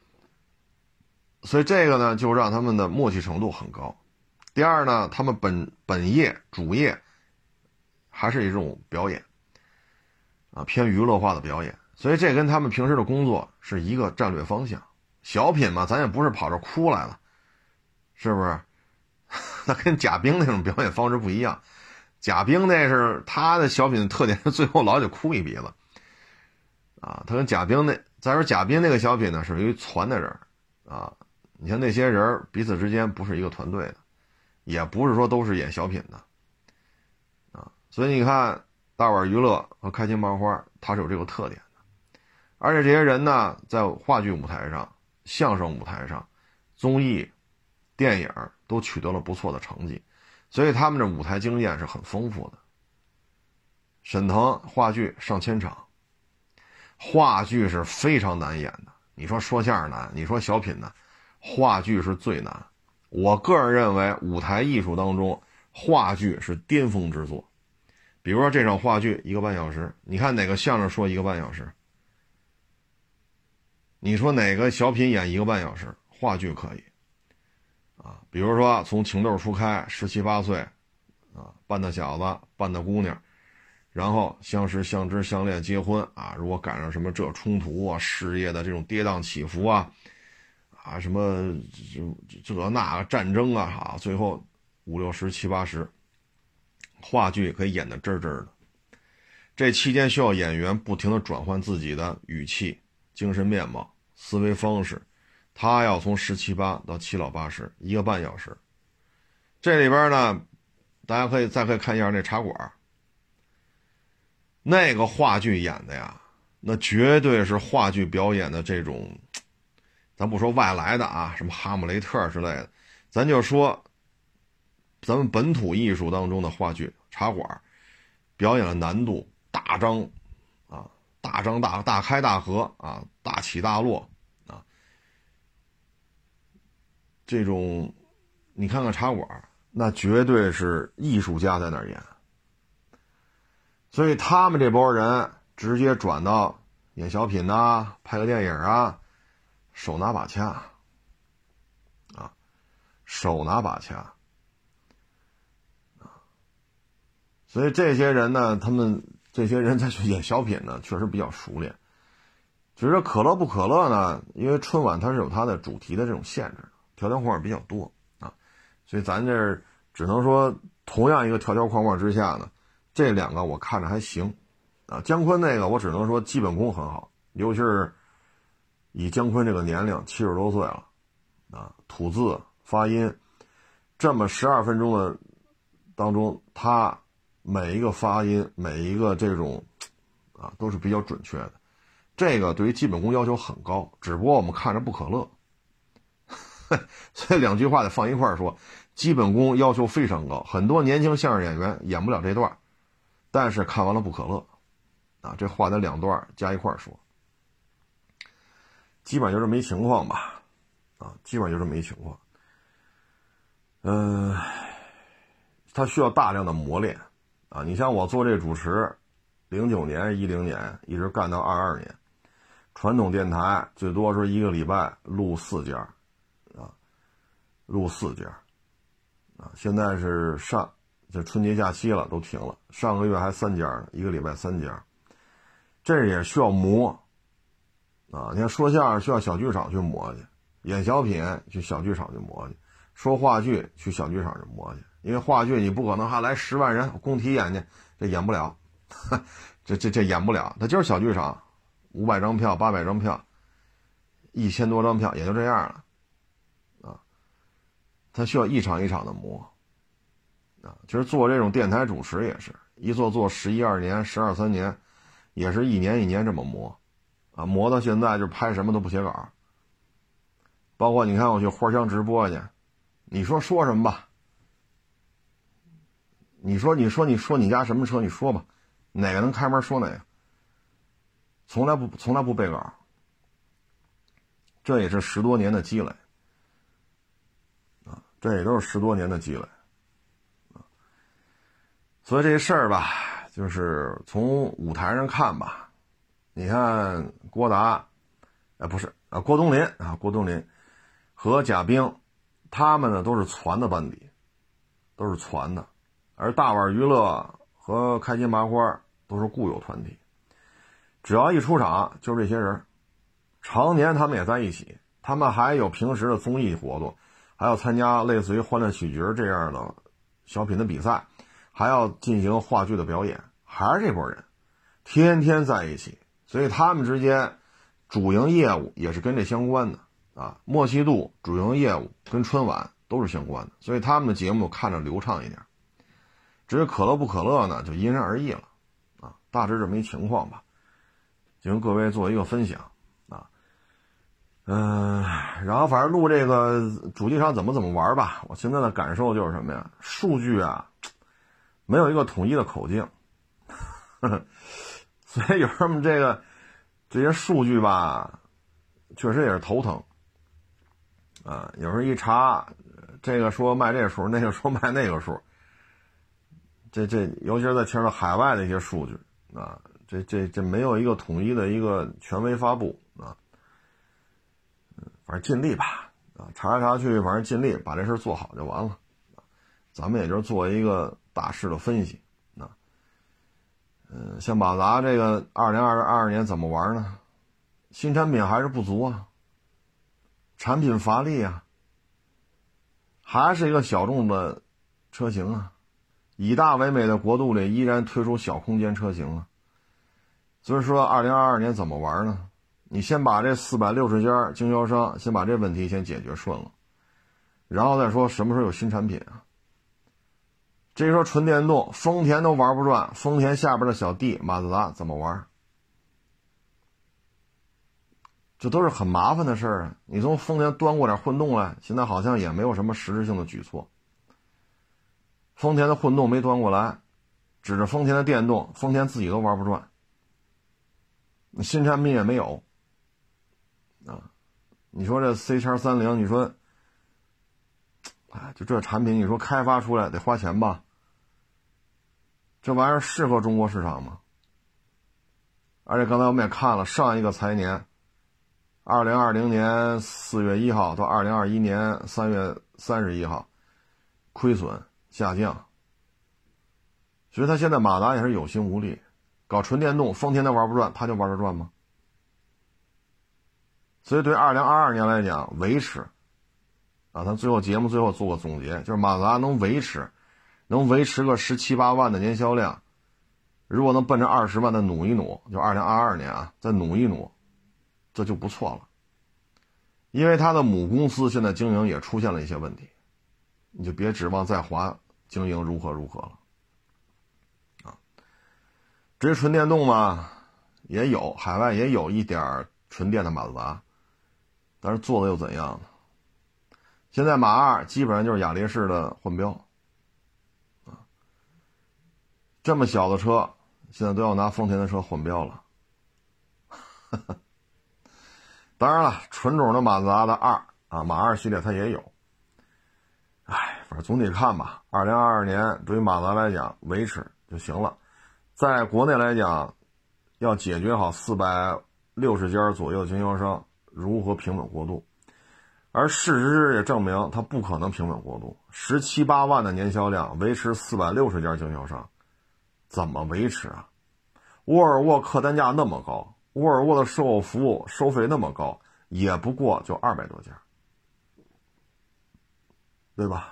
所以这个呢就让他们的默契程度很高。第二呢，他们本业主业还是一种表演啊，偏娱乐化的表演，所以这跟他们平时的工作是一个战略方向。小品嘛，咱也不是跑这哭来了，是不是？那跟贾冰那种表演方式不一样，贾冰那是他的小品的特点是最后老得哭一鼻子啊，他跟贾冰再说贾冰那个小品呢，是由于传的人啊，你看那些人彼此之间不是一个团队的，也不是说都是演小品的啊，所以你看大碗娱乐和开心麻花它是有这个特点的，而且这些人呢，在话剧舞台上、相声舞台上、综艺、电影都取得了不错的成绩，所以他们的舞台经验是很丰富的。沈腾话剧上千场，话剧是非常难演的，你说说相声难，你说小品难，话剧是最难。我个人认为舞台艺术当中话剧是巅峰之作。比如说这场话剧1个半小时，你看哪个相声说1个半小时，你说哪个小品演1个半小时，话剧可以啊。比如说从情窦初开17、18岁啊，半大小子半大姑娘，然后相识相知相恋结婚啊，如果赶上什么这冲突啊，事业的这种跌宕起伏啊什么这那个战争啊最后5、6、10、7、80，话剧可以演得真真的。这期间需要演员不停地转换自己的语气、精神面貌、思维方式，他要从17、8到7老80，1个半小时。这里边呢，大家可以看一下那茶馆，那个话剧演的呀，那绝对是话剧表演的这种，咱不说外来的啊，什么哈姆雷特之类的，咱就说咱们本土艺术当中的话剧茶馆表演的难度大张啊，大开大合啊，大起大落啊，这种你看看茶馆，那绝对是艺术家在那儿演。所以他们这波人直接转到演小品啊，拍个电影啊，手拿把掐啊，手拿把掐啊。所以这些人呢，他们这些人再去演小品呢，确实比较熟练。只是可乐不可乐呢，因为春晚它是有它的主题的这种限制，条条框框比较多啊，所以咱这只能说同样一个条条框框之下呢，这两个我看着还行啊。姜昆那个我只能说基本功很好，尤其是以姜昆这个年龄70多岁了啊，吐字发音这么12分钟的当中，他每一个发音每一个这种啊都是比较准确的。这个对于基本功要求很高，只不过我们看着不可乐，所以两句话得放一块儿说，基本功要求非常高，很多年轻相声演员演不了这段，但是看完了不可乐啊，这话得两段加一块儿说，基本上就这么一情况吧，啊，基本上就这么一情况。他需要大量的磨练啊，你像我做这主持，09年、10年一直干到22年。传统电台最多是一个礼拜录4家啊，录4家啊，现在是这春节假期了都停了，上个月还3家呢，一个礼拜3家，这也需要磨啊。你看说相声需要小剧场去磨去，演小品去小剧场去磨去，说话剧去小剧场去磨去，因为话剧你不可能还来10万人工体演去，这演不了，这演不了，它就是小剧场。500张票800张票1000多张票也就这样了啊，他需要一场一场的磨啊。其实做这种电台主持也是一做11、12年12、13年，也是一年一年这么磨啊，磨到现在就拍什么都不写稿。包括你看我去花乡直播去，你说什么吧，你说你家什么车，你说吧，哪个能开门说哪个，从来不背稿，这也是10多年的积累啊，这也都是10多年的积累啊。所以这事儿吧，就是从舞台上看吧，你看郭达，不是啊，郭冬临和贾冰，他们呢都是传的班底，都是传的，而大碗娱乐和开心麻花都是固有团体。只要一出场就是这些人，常年他们也在一起，他们还有平时的综艺活动，还要参加类似于欢乐喜剧这样的小品的比赛，还要进行话剧的表演，还是这波人天天在一起，所以他们之间主营业务也是跟这相关的啊，默契度主营业务跟春晚都是相关的，所以他们的节目看着流畅一点。至于可乐不可乐呢，就因人而异了啊，大致这么一情况吧，就跟各位做一个分享啊。然后反正录这个主机上怎么玩吧，我现在的感受就是什么呀，数据啊没有一个统一的口径所以有时候这些数据吧确实也是头疼啊，有时候一查这个说卖这个数，那个说卖那个数，这尤其是在牵扯到海外的一些数据啊，这没有一个统一的一个权威发布啊，反正尽力吧啊，查来查去，反正尽力把这事做好就完了。咱们也就是做一个大势的分析啊。像马自达这个2022年怎么玩呢？新产品还是不足啊，产品乏力啊，还是一个小众的车型啊，以大为美的国度里依然推出小空间车型啊。所以说2022年怎么玩呢？你先把这460家经销商先把这问题先解决顺了，然后再说什么时候有新产品啊。这一说纯电动，丰田都玩不转，丰田下边的小弟马自达怎么玩？这都是很麻烦的事儿啊！你从丰田端过点混动来，现在好像也没有什么实质性的举措。丰田的混动没端过来，指着丰田的电动，丰田自己都玩不转，新产品也没有啊！你说这 C-30，你说哎，就这产品你说开发出来得花钱吧，这玩意儿适合中国市场吗？而且刚才我们也看了上一个财年2020年4月1号到2021年3月31号亏损下降，所以他现在马达也是有心无力，搞纯电动丰田的玩不转，他就玩得转吗？所以对2022年来讲维持啊，他最后节目最后做个总结，就是马自达能维持个17、18万的年销量，如果能奔着20万的努一努，就2022年啊，再努一努，这就不错了。因为他的母公司现在经营也出现了一些问题，你就别指望在华经营如何了啊。至于纯电动嘛，也有海外也有一点纯电的马自达，但是做的又怎样呢？现在马2基本上就是雅力士的混标啊，这么小的车现在都要拿丰田的车混标了。当然了，纯种的马自达的2啊，马2系列它也有。哎，反正总体看吧，2022年对于马自达来讲维持就行了。在国内来讲，要解决好460家左右的经销商如何平稳过渡。而事实也证明它不可能平稳过渡，17、18万的年销量维持460家经销商，怎么维持啊？沃尔沃客单价那么高，沃尔沃的售后服务收费那么高，也不过就200多家，对吧？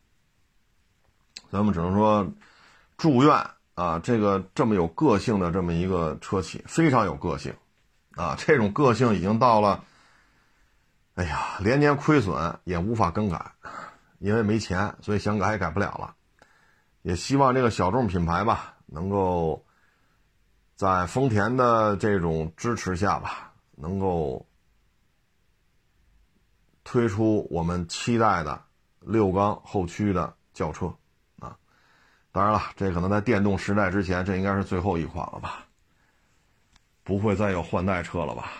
咱们只能说祝愿啊，这么有个性的这么一个车企，非常有个性啊，这种个性已经到了哎呀，连年亏损也无法更改，因为没钱，所以想改也改不了了。也希望这个小众品牌吧，能够在丰田的这种支持下吧，能够推出我们期待的6缸后驱的轿车啊。当然了，这可能在电动时代之前，这应该是最后一款了吧，不会再有换代车了吧。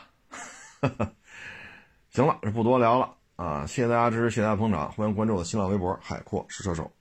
行了，这不多聊了啊！谢谢大家支持，谢谢大家捧场，欢迎关注我的新浪微博海阔试车手。